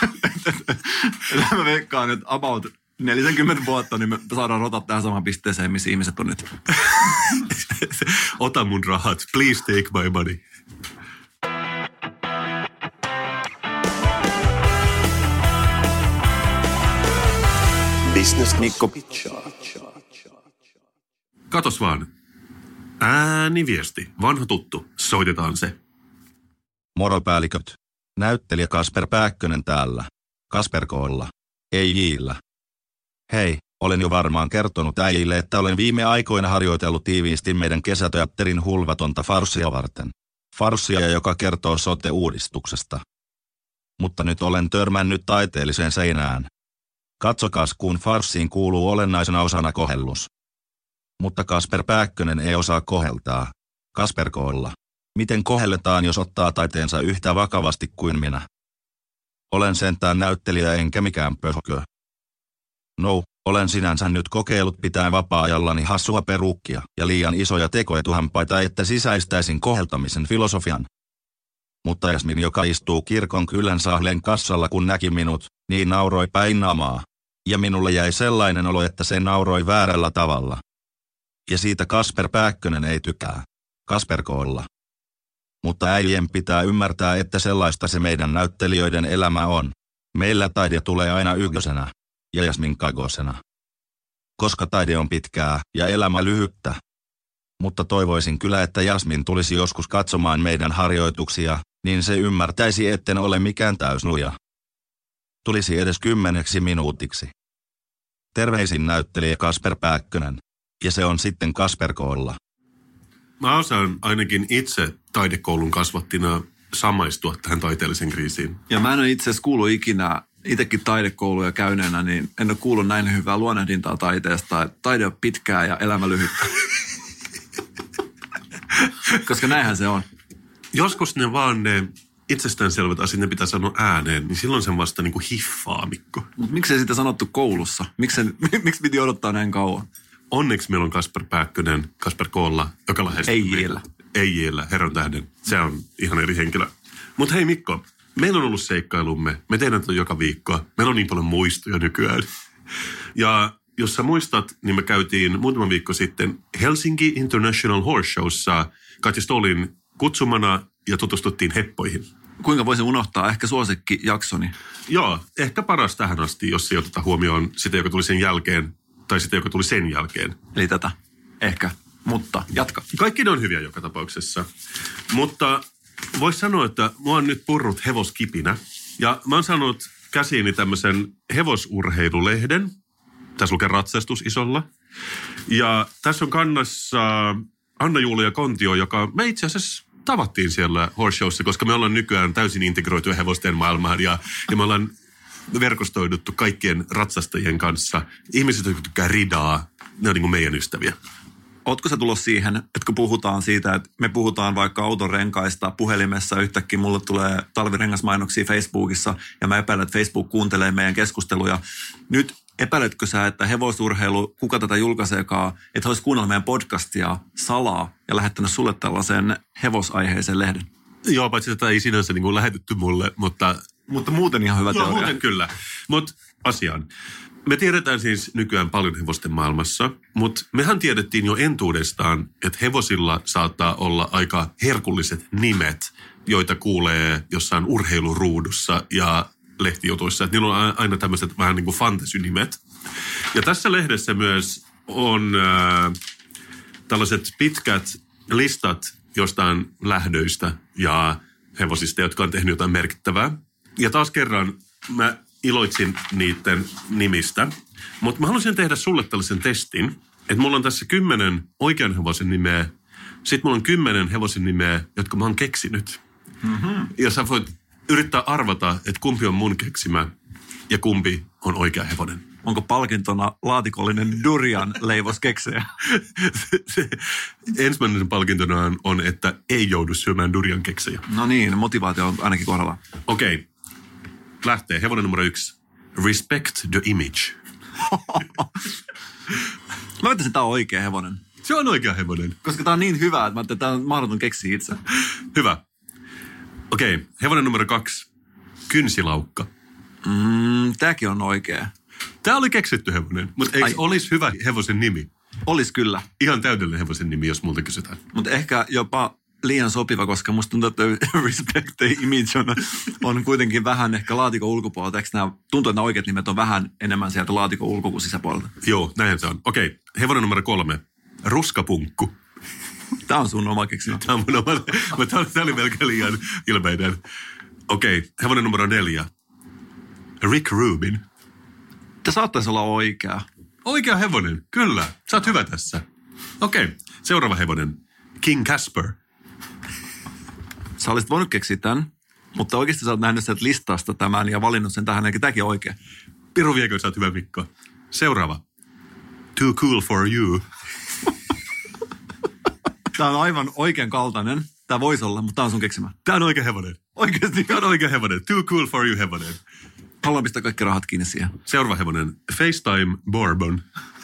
Mä veikkaan, että about 40 vuotta, niin me saadaan rotat tähän samaan pisteeseen, missä ihmiset on nyt. Ota mun rahat. Please take my money. Business Mikko. Katos vaan. Ääniviesti. Vanha tuttu. Soitetaan se. Moro päälliköt. Näyttelijä Kasper Pääkkönen täällä. Kasper Koolla. Ei Jillä. Hei, olen jo varmaan kertonut äijille, että olen viime aikoina harjoitellut tiiviisti meidän kesäteatterin hulvatonta farssia varten. Farssia, joka kertoo sote-uudistuksesta. Mutta nyt olen törmännyt taiteelliseen seinään. Katsokaas, kun farssiin kuuluu olennaisena osana kohellus. Mutta Kasper Pääkkönen ei osaa koheltaa. Kasper Koolla. Miten kohelletaan, jos ottaa taiteensa yhtä vakavasti kuin minä? Olen sentään näyttelijä enkä mikään pöhkö. No, olen sinänsä nyt kokeillut pitää vapaa-ajallani hassua perukkia ja liian isoja tekoetuhampaita, että sisäistäisin koheltamisen filosofian. Mutta Jasmin, joka istuu kirkon kylän sahlen kassalla, kun näki minut, niin nauroi päin namaa. Ja minulle jäi sellainen olo, että se nauroi väärällä tavalla. Ja siitä Kasper Pääkkönen ei tykää. Kasper Koolla. Mutta äijien pitää ymmärtää, että sellaista se meidän näyttelijöiden elämä on. Meillä taide tulee aina ykkösenä. Ja Jasmin kakosena. Koska taide on pitkää ja elämä lyhyttä. Mutta toivoisin kyllä, että Jasmin tulisi joskus katsomaan meidän harjoituksia, niin se ymmärtäisi, etten ole mikään täysluja. Tulisi edes 10 minuutiksi. Terveisin näyttelijä Kasper Pääkkönen. Ja se on sitten Kasper Koolla. Mä osaan ainakin itse taidekoulun kasvattina samaistua tähän taiteelliseen kriisiin. Ja mä en ole itse asiassa kuullut ikinä, itsekin taidekouluja käyneenä, niin en ole kuullut näin hyvää luonnehdintaa taiteesta, että taide on pitkää ja elämä lyhyttä. Koska näinhän se on. Joskus ne itsestäänselvät asiat, ne pitää sanoa ääneen, niin silloin sen vasta niin kuin hiffaa, Mikko. Miksei sitä sanottu koulussa? Miksi piti odottaa näin kauan? Onneksi meillä on Kasper Pääkkönen, Kasper Koolla, joka lähestyy. Ei jiellä, herran tähden. Se on ihan eri henkilö. Mutta hei Mikko, meillä on ollut seikkailumme. Me tehdään tätä joka viikko. Meillä on niin paljon muistoja nykyään. Ja jos sä muistat, niin me käytiin muutama viikko sitten Helsinki International Horse Showssa Katja Stolin kutsumana ja tutustuttiin heppoihin. Kuinka voisin unohtaa ehkä suosikkijaksoni? Joo, ehkä paras tähän asti, jos ei oteta huomioon sitä, joka tuli sen jälkeen, tai sitä, joka tuli sen jälkeen. Eli tätä. Ehkä. Mutta jatka. Kaikki ne on hyviä joka tapauksessa. Mutta voisi sanoa, että mua on nyt purrut hevoskipinä. Ja mä oon saanut käsiini tämmöisen hevosurheilulehden. Tässä lukee ratsastus isolla. Ja tässä on kannassa Anna-Julia Kontio, joka me itse asiassa tavattiin siellä Horse Showssa, koska me ollaan nykyään täysin integroituja hevosten maailmaan ja me ollaan verkostoiduttu kaikkien ratsastajien kanssa. Ihmiset, jotka tykkää ridaa, ne on niin kuin meidän ystäviä. Ootko sä tullut siihen, että kun puhutaan siitä, että me puhutaan vaikka auton renkaista puhelimessa, yhtäkkiä mulle tulee talvirengasmainoksia Facebookissa ja mä epäilen, että Facebook kuuntelee meidän keskusteluja. Nyt epäiletkö sä, että hevosurheilu, kuka tätä julkaiseekaan, että olisi kuunnella meidän podcastia salaa ja lähettänyt sulle tällaisen hevosaiheisen lehden? Joo, paitsi tätä ei sinänsä niin kuin lähetetty mulle, mutta muuten ihan hyvä teoria. Muuten kyllä. Mutta asiaan. Me tiedetään siis nykyään paljon hevosten maailmassa, mutta mehän tiedettiin jo entuudestaan, että hevosilla saattaa olla aika herkulliset nimet, joita kuulee jossain urheiluruudussa ja lehtijutuissa. Että niillä on aina tämmöiset vähän niin kuin fantasy-nimet. Ja tässä lehdessä myös on tällaiset pitkät listat jostain lähdöistä ja hevosista, jotka on tehnyt jotain merkittävää. Ja taas kerran mä iloitsin niiden nimistä, mutta mä haluaisin tehdä sulle tällaisen testin, että mulla on tässä 10 oikean hevosen nimeä, sit mulla on 10 hevosen nimeä, jotka mä oon keksinyt. Mm-hmm. Ja sä voit yrittää arvata, että kumpi on mun keksimä ja kumpi on oikea hevonen. Onko palkintona laatikollinen durian leivos keksejä? Ensimmäinen palkintona on, että ei joudu syömään durian keksejä. No niin, motivaatio on ainakin kohdalla. Okei. Lähtee. Hevonen numero 1. Respect the image. Mä väittäisin, että tää on oikea hevonen. Se on oikea hevonen. Koska tää on niin hyvä, että mä ajattelin, että tää on mahdoton keksiä itse. Hyvä. Okei. Hevonen numero 2. Kynsilaukka. Tääkin on oikea. Tää oli keksitty hevonen, mutta eikö olisi hyvä hevosen nimi? Olis kyllä. Ihan täydellinen hevosen nimi, jos multa kysytään. Mutta ehkä jopa liian sopiva, koska musta tuntuu, että respect the image on kuitenkin vähän ehkä laatikon ulkopuolelta. Eikö tuntuu, että nämä oikeat nimet on vähän enemmän sieltä laatikon ulko- kuin sisäpuolelta? Joo, näinhän se on. Okei, hevonen numero 3. Ruskapunkku. Tämä on sun oma keksimä. Tämä on mun oma, mutta tämä oli melkein liian ilmeinen. Okei, hevonen numero 4. Rick Rubin. Tämä saattaisi olla oikea. Oikea hevonen, kyllä. Sä oot hyvä tässä. Okei, seuraava hevonen. King Casper. Sä olisit voinut keksiä tämän, mutta oikeasti sä oot nähnyt sieltä listasta tämän ja valinnut sen tähän, eli tämäkin on oikea. Piru viekö, sä oot hyvä Mikko. Seuraava. Too cool for you. Tää on aivan oikean kaltainen. Tää voisi olla, mutta tää on sun keksimä. Tää on oikea hevonen. Oikeesti? Tää on oikea hevonen. Too cool for you hevonen. Haluan pistää kaikki rahat kiinni siihen. Seuraava hevonen. FaceTime Bourbon.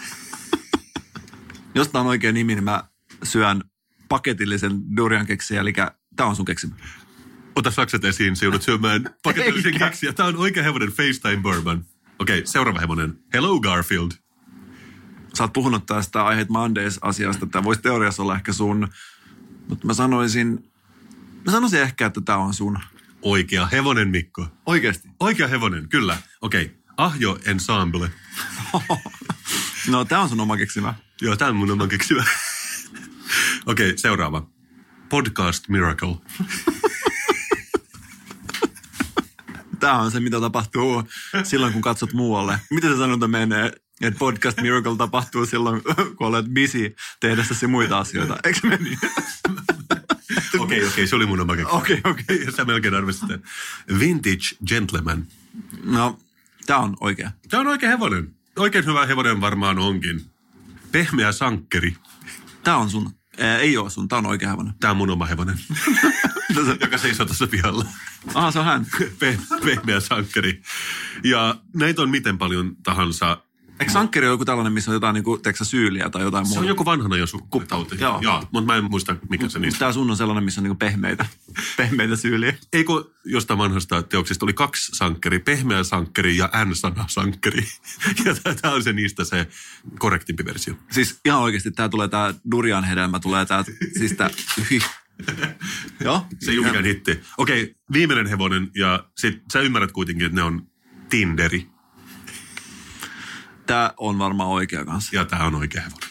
Jos tää on oikea nimi, niin mä syön paketillisen durian keksiä, eli tää on sun keksimä. Ota sakset esiin, sä joudut syömään paketillisen keksiä. Tää on oikea hevonen. FaceTime Bourbon. Okei, seuraava hevonen. Hello Garfield. Sä oot puhunut tästä I Hate Mondays-asiasta, että voisi teoriassa olla ehkä sun, mutta mä sanoisin ehkä, että tää on sun. Oikea hevonen, Mikko. Oikeesti? Oikea hevonen, kyllä. Okei, Ahjo Ensemble. No, tää on sun oma keksimä. Joo, tää on mun oma keksimä. Okei, seuraava. Podcast Miracle. Tää on se, mitä tapahtuu silloin, kun katsot muualle. Miten se sanonta menee? Että Podcast Miracle tapahtuu silloin, kun olet busy tehdessäsi muita asioita. Eikö me niin? Okei, se oli mun oma keksimä. Okei. Sä melkein arvasit sitä. Vintage Gentleman. No, tää on oikea. Tää on oikea hevonen. Oikein hyvä hevonen varmaan onkin. Pehmeä sankkeri. Tää on sun. Ei oo sun, tää on oikea hevonen. Tää on mun oma hevonen. Joka seisoo tuossa pihalla. Aha, se on hän. Pehmeä sankkeri. Ja näitä on miten paljon tahansa. Eikö sankkeri ole joku tällainen, missä on jotain niinku, teeksä syyliä tai jotain muuta? Se on joku vanhana jo sukkutauti. Joo, mutta mä en muista mikä se niistä. Tää sun on sellainen, missä on niinku pehmeitä syyliä. Eikö jostain vanhasta teoksista oli 2 sankkeri, pehmeä sankkeri ja N-sana sankkeri. Ja tää on se niistä se korrektimpi versio. Siis ihan oikeasti tää tulee tää durian hedelmä, tulee tää, siis tää, Joo. Se ei ole mikään hitti. Okei, viimeinen hevonen ja sit sä ymmärrät kuitenkin, että ne on Tinderi. Tää on varmaan oikea kanssa. Ja tää on oikea hevonen.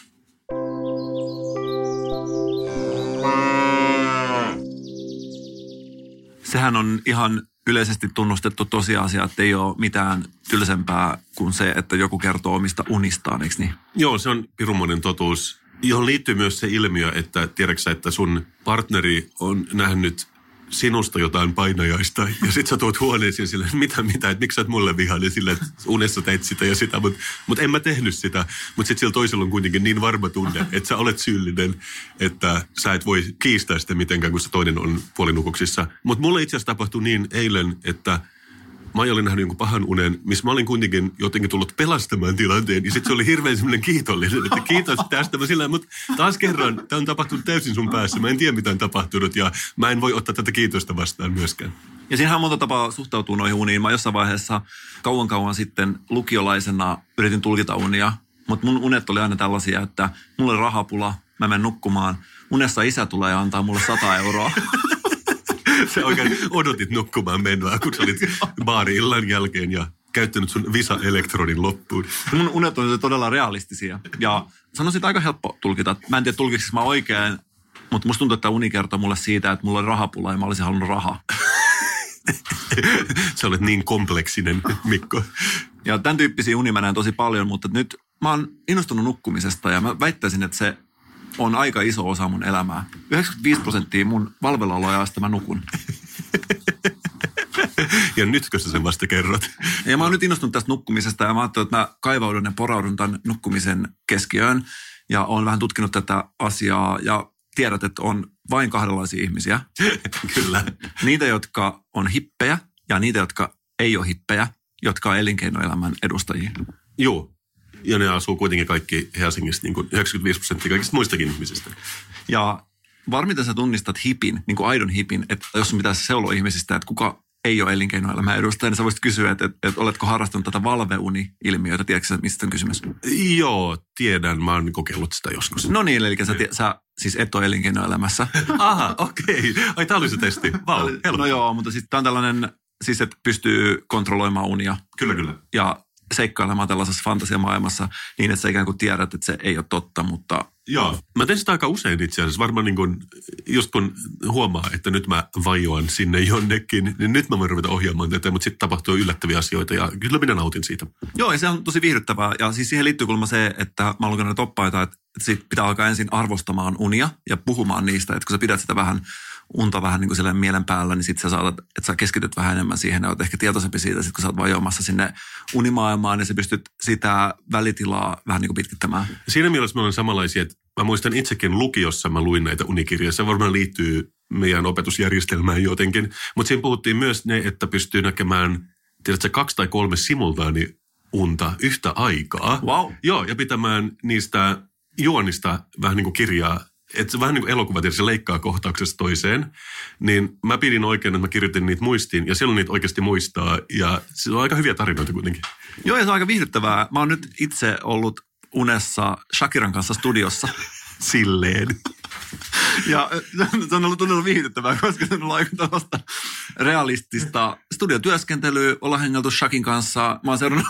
Sehän on ihan yleisesti tunnustettu tosiasia, että ei ole mitään tylsempää kuin se, että joku kertoo omista unistaan, eikö niin? Joo, se on pirunmoinen totuus, johon liittyy myös se ilmiö, että tiedätkö että sun partneri on nähnyt sinusta jotain painajaista ja sit sä tuot huoneeseen silleen, mitä, että miksi sä et mulle vihainen silleen, että unessa teit sitä ja sitä, mutta en mä tehnyt sitä. Mutta sit sillä toisella on kuitenkin niin varma tunne, että sä olet syyllinen, että sä et voi kiistää sitä mitenkään, kun se toinen on puolinukuksissa. Mutta mulle itse asiassa tapahtui niin eilen, että mä olin nähnyt jonkun pahan unen, missä mä olin kuitenkin jotenkin tullut pelastamaan tilanteen. Ja sitten se oli hirveän semmoinen kiitollinen, että kiitos tästä. Mutta taas kerran, tämä on tapahtunut täysin sun päässä. Mä en tiedä, mitä on tapahtunut ja mä en voi ottaa tätä kiitosta vastaan myöskään. Ja siinähän on monta tapaa suhtautua noihin uniin. Mä jossain vaiheessa kauan sitten lukiolaisena yritin tulkita unia. Mutta mun unet oli aina tällaisia, että mulla oli rahapula, mä menen nukkumaan. Unessa isä tulee ja antaa mulle 100 euroa. Sä oikein odotit nukkumaan menoa, kun sä olit baari-illan jälkeen ja käyttänyt sun Visa-elektronin loppuun. Mun unet on todella realistisia. Ja sanoisin, että aika helppo tulkita. Mä en tiedä, tulkiksi mä oikein, mutta musta tuntuu, että uni kertoo mulle siitä, että mulla oli rahapula ja mä olisin halunnut rahaa. Sä olet niin kompleksinen, Mikko. Ja tämän tyyppisiä unia mä näen tosi paljon, mutta nyt mä oon innostunut nukkumisesta ja mä väittäisin, että se on aika iso osa mun elämää. 95% mun valveilla-oloajasta mä nukun. Ja nytkö sä sen vasta kerrot? Ja mä oon nyt innostunut tästä nukkumisesta ja mä ajattelin, että mä kaivaudun ja poraudun tämän nukkumisen keskiöön. Ja oon vähän tutkinut tätä asiaa ja tiedät, että on vain kahdenlaisia ihmisiä. Kyllä. Niitä, jotka on hippejä ja niitä, jotka ei ole hippejä, jotka on elinkeinoelämän edustajia. Joo. Ja ne asuu kuitenkin kaikki Helsingistä, niin kuin 95% kaikista muistakin ihmisistä. Ja varmiten sä tunnistat hipin, niin kuin aidon hipin, että jos sun pitäisi seuloa ihmisistä, että kuka ei ole elinkeinoelämän edustaja, niin sä voisit kysyä, että oletko harrastanut tätä valveuni-ilmiötä, tiedätkö mistä on kysymys? Joo, tiedän, mä oon kokeillut sitä joskus. No niin, eli sä siis et ole elinkeinoelämässä. Aha, okei. Ai, tää oli se testi. Vau, helppo. No joo, mutta siis tää on tällainen, siis että pystyy kontrolloimaan unia. Kyllä. Ja seikkailemaan tällaisessa fantasiamaailmassa niin, että sä ikään kuin tiedät, että se ei ole totta, mutta... Joo, mä teen sitä aika usein itse asiassa. Varmaan niin kun, just kun huomaa, että nyt mä vajoan sinne jonnekin, niin nyt mä voin ruveta ohjaamaan tätä, mutta sitten tapahtuu yllättäviä asioita ja kyllä minä nautin siitä. Joo, ja se on tosi viihdyttävää. Ja siis siihen liittyy kuulemma se, että mä oon lukenut oppaita, että sit pitää alkaa ensin arvostamaan unia ja puhumaan niistä, että kun sä pidät sitä vähän unta vähän niin kuin silleen mielen päällä, niin sitten sä saatat, että sä keskityt vähän enemmän siihen ja oot ehkä tietoisempi siitä, sit kun sä oot vajoamassa sinne unimaailmaan, niin sä pystyt sitä välitilaa vähän niin kuin pitkittämään. Siinä mielessä me ollaan samanlaisia, että mä muistan itsekin lukiossa, mä luin näitä unikirjoja. Se varmaan liittyy meidän opetusjärjestelmään jotenkin. Mutta siinä puhuttiin myös ne, että pystyy näkemään, tiedätkö, 2 tai 3 simultaani unta yhtä aikaa. Wow. Joo, ja pitämään niistä juonista vähän niin kuin kirjaa. Että se vähän niin kuin elokuva tietysti leikkaa kohtauksesta toiseen. Niin mä pidin oikein, että mä kirjoitin niitä muistiin. Ja silloin niitä oikeasti muistaa. Ja se on aika hyviä tarinoita kuitenkin. Joo, ja se on aika viihdyttävää. Mä oon nyt itse ollut unessa Shakiran kanssa studiossa. Silleen. Ja se on ollut todella viihdyttävää, koska se on ollut aika tällaista realistista studiotyöskentelyä. Ollaan hengeltu Shakin kanssa.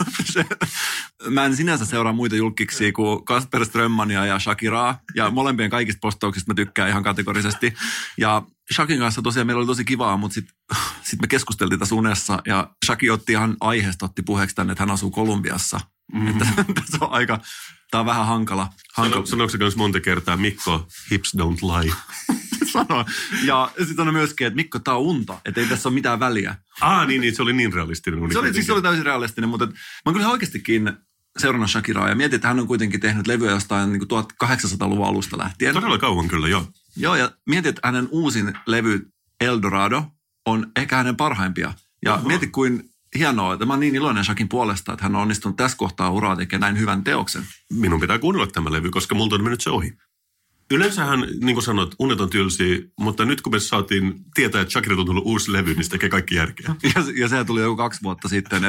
Mä en sinänsä seuraa muita julkkiksia kuin Kasper Strömmania ja Shakiraa. Ja molempien kaikista postauksista mä tykkään ihan kategorisesti. Ja Shakin kanssa tosiaan meillä oli tosi kivaa, mutta sit me keskusteltiin tässä unessa. Ja Shaki otti ihan aiheesta puheeksi tänne, että hän asuu Kolumbiassa. Että se on aika... Tämä on vähän hankala. Sanoiko se myös monta kertaa, Mikko, hips don't lie? Sano. Ja sitten on myöskin, että Mikko, tämä on unta, että ei tässä ole mitään väliä. Niin, se oli niin realistinen uni. Se oli täysin realistinen, mutta mä oon kyllä oikeastikin seurannut Shakiraa ja mietin, että hän on kuitenkin tehnyt levyä jostain niin kuin 1800-luvun alusta lähtien. Todella kauan kyllä, joo. Joo, ja mietin, että hänen uusin levy Eldorado on ehkä hänen parhaimpia. Ja mietin, kuin hienoa, että mä oon niin iloinen Shakin puolesta, että hän on onnistunut tässä kohtaa uraa tekemään näin hyvän teoksen. Minun pitää kuunnella tämä levy, koska multa on mennyt se ohi. Yleensähän, niin kuin sanoit, unet on tylsiä, mutta nyt kun me saatiin tietää, että Shakira on tullut uusi levy, niin se tekee kaikki järkeä. Ja sehän tuli joku 2 vuotta sitten.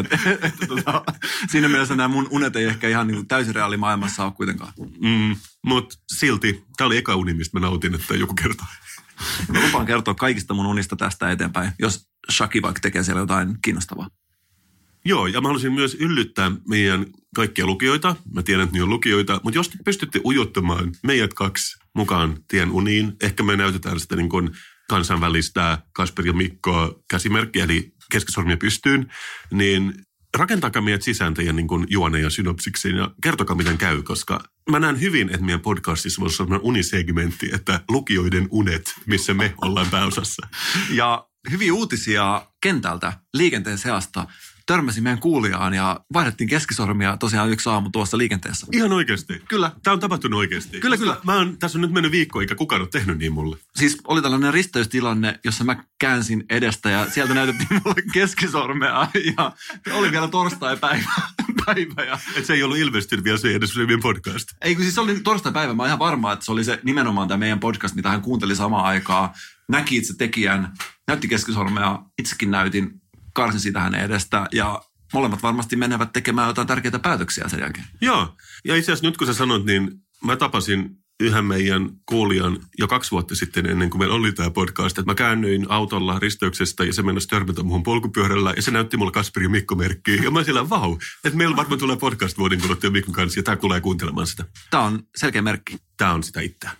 Siinä mielessä nämä mun unet ei ehkä ihan niin täysin reaalimaailmassa ole kuitenkaan. Mutta silti, tämä oli eka uni, mistä mä nautin, että joku kertoo. Mä lupaan kertoa kaikista mun unista tästä eteenpäin, jos Shaki vaikka tekee siellä jotain kiinnostavaa. Joo, ja mä haluaisin myös yllyttää meidän kaikkia lukijoita. Mä tiedän, että ne on lukijoita, mutta jos te pystytte ujuttamaan meidät 2 mukaan tien uniin, ehkä me näytetään sitä niin kuin kansainvälistä Kasper ja Mikko käsimerkkiä, eli keskisormia pystyyn, niin rakentakaa meidät sisään teidän niin kuin juoneen ja synopsiksiin ja kertokaa, miten käy, koska mä näen hyvin, että meidän podcastissa voisi olla unisegmentti, että lukijoiden unet, missä me ollaan pääosassa. Ja hyviä uutisia kentältä, liikenteen seasta. Törmäsin meidän kuulijaan ja vaihdettiin keskisormia tosiaan 1 aamu tuossa liikenteessä. Ihan oikeasti? Kyllä. Tämä on tapahtunut oikeasti? Kyllä. Tässä on nyt mennyt viikko, eikä kukaan ole tehnyt niin mulle. Siis oli tällainen risteystilanne, jossa mä käänsin edestä ja sieltä näytettiin mulle keskisormea ja oli vielä torstai-päivä. Et se ei ollut ilmestynyt vielä se edes meidän podcast. Ei, kun siis se oli torstai-päivä. Mä oon ihan varma, että se oli se nimenomaan tämä meidän podcast, mitä hän kuunteli samaan aikaan. Näki itse tekijän, näytti keskisormea, itsekin näytin. Karsin siitä hänen edestä ja molemmat varmasti menevät tekemään jotain tärkeitä päätöksiä sen jälkeen. Joo, ja itse asiassa nyt kun sä sanot, niin mä tapasin yhden meidän kuulijan jo 2 vuotta sitten ennen kuin meillä oli tämä podcast, että mä käännyin autolla risteyksestä ja se mennäisi törmätä muun polkupyörällä ja se näytti mulle Kasper ja Mikko-merkkiä ja mä siellä vau, että meillä varmaan tulee podcast vuoden kuluttua Mikon kanssa ja tää tulee kuuntelemaan sitä. Tää on selkeä merkki. Tää on sitä itseään.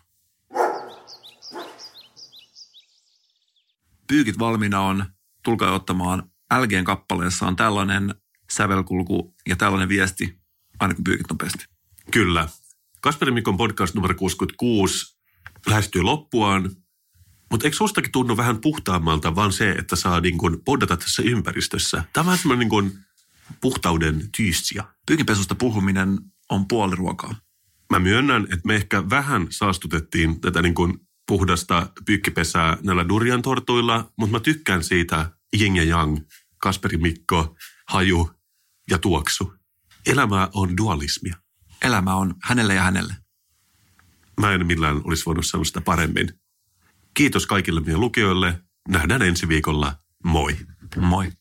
Pyykit valmiina on, tulkaa ottamaan. LGn kappaleessa on tällainen sävelkulku ja tällainen viesti, aina kun pyykit nopeasti. Kyllä. Kasper Mikon podcast numero 66 lähestyy loppuaan, mutta eikö sustakin tunnu vähän puhtaammalta vaan se, että saa niin kuin poddata tässä ympäristössä? Tämä on vähän semmoinen niin kuin puhtauden tyyssiä. Pyykinpesusta puhuminen on puoliruokaa. Mä myönnän, että me ehkä vähän saastutettiin tätä niin kuin puhdasta pyykkipesää näillä durian tortuilla, mutta mä tykkään siitä yin ja yang, Kasper ja Mikko, haju ja tuoksu. Elämä on dualismia. Elämä on hänelle ja hänelle. Mä en millään olisi voinut sanoa sitä paremmin. Kiitos kaikille meidän lukijoille. Nähdään ensi viikolla. Moi. Moi.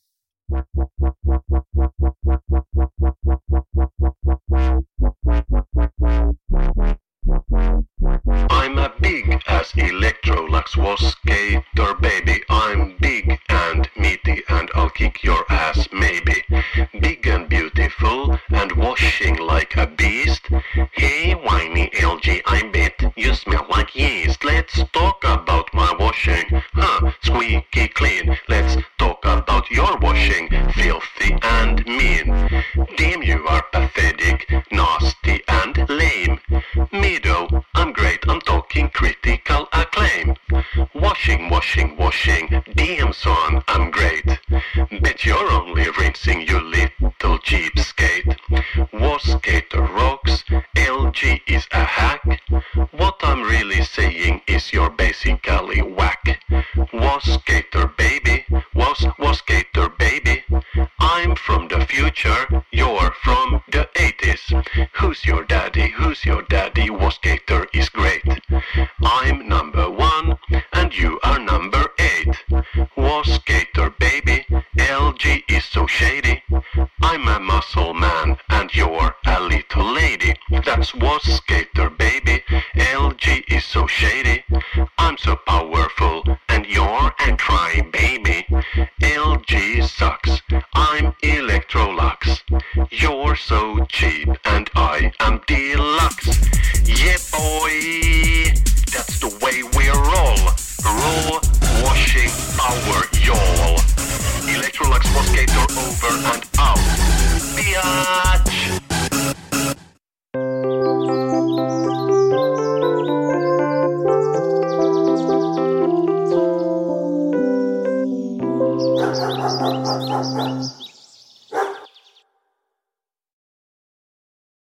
I'm a big as Electrolux was skater baby. I'm big and meaty and I'll kick your ass maybe. Big and beautiful and washing like a beast. Hey whiny LG, I bet you smell like yeast. Let's talk about my washing. Squeaky clean. Let's talk about your washing. Filthy and mean. Damn, you are pathetic, nasty and lame. Mido, I'm great, I'm talking critical. international acclaim. Washing, washing, washing, damn son, I'm great. Bet you're only rinsing, you little cheapskate. Waskater rocks, LG is a hack. What I'm really saying is you're basically whack. Waskater baby, Waskater baby. I'm from the future, you're from the 80s. Who's your daddy, who's your daddy? Waskater is great. I'm number 1 and you are number 8. Waskater baby, LG is so shady. I'm a muscle man and you're a little lady. That's Waskater baby, LG is so shady. I'm so powerful and you're a cry baby. LG sucks, I'm Electrolux. You're so cheap and I am deluxe. Yeah boy, that's the way we roll. Roll washing power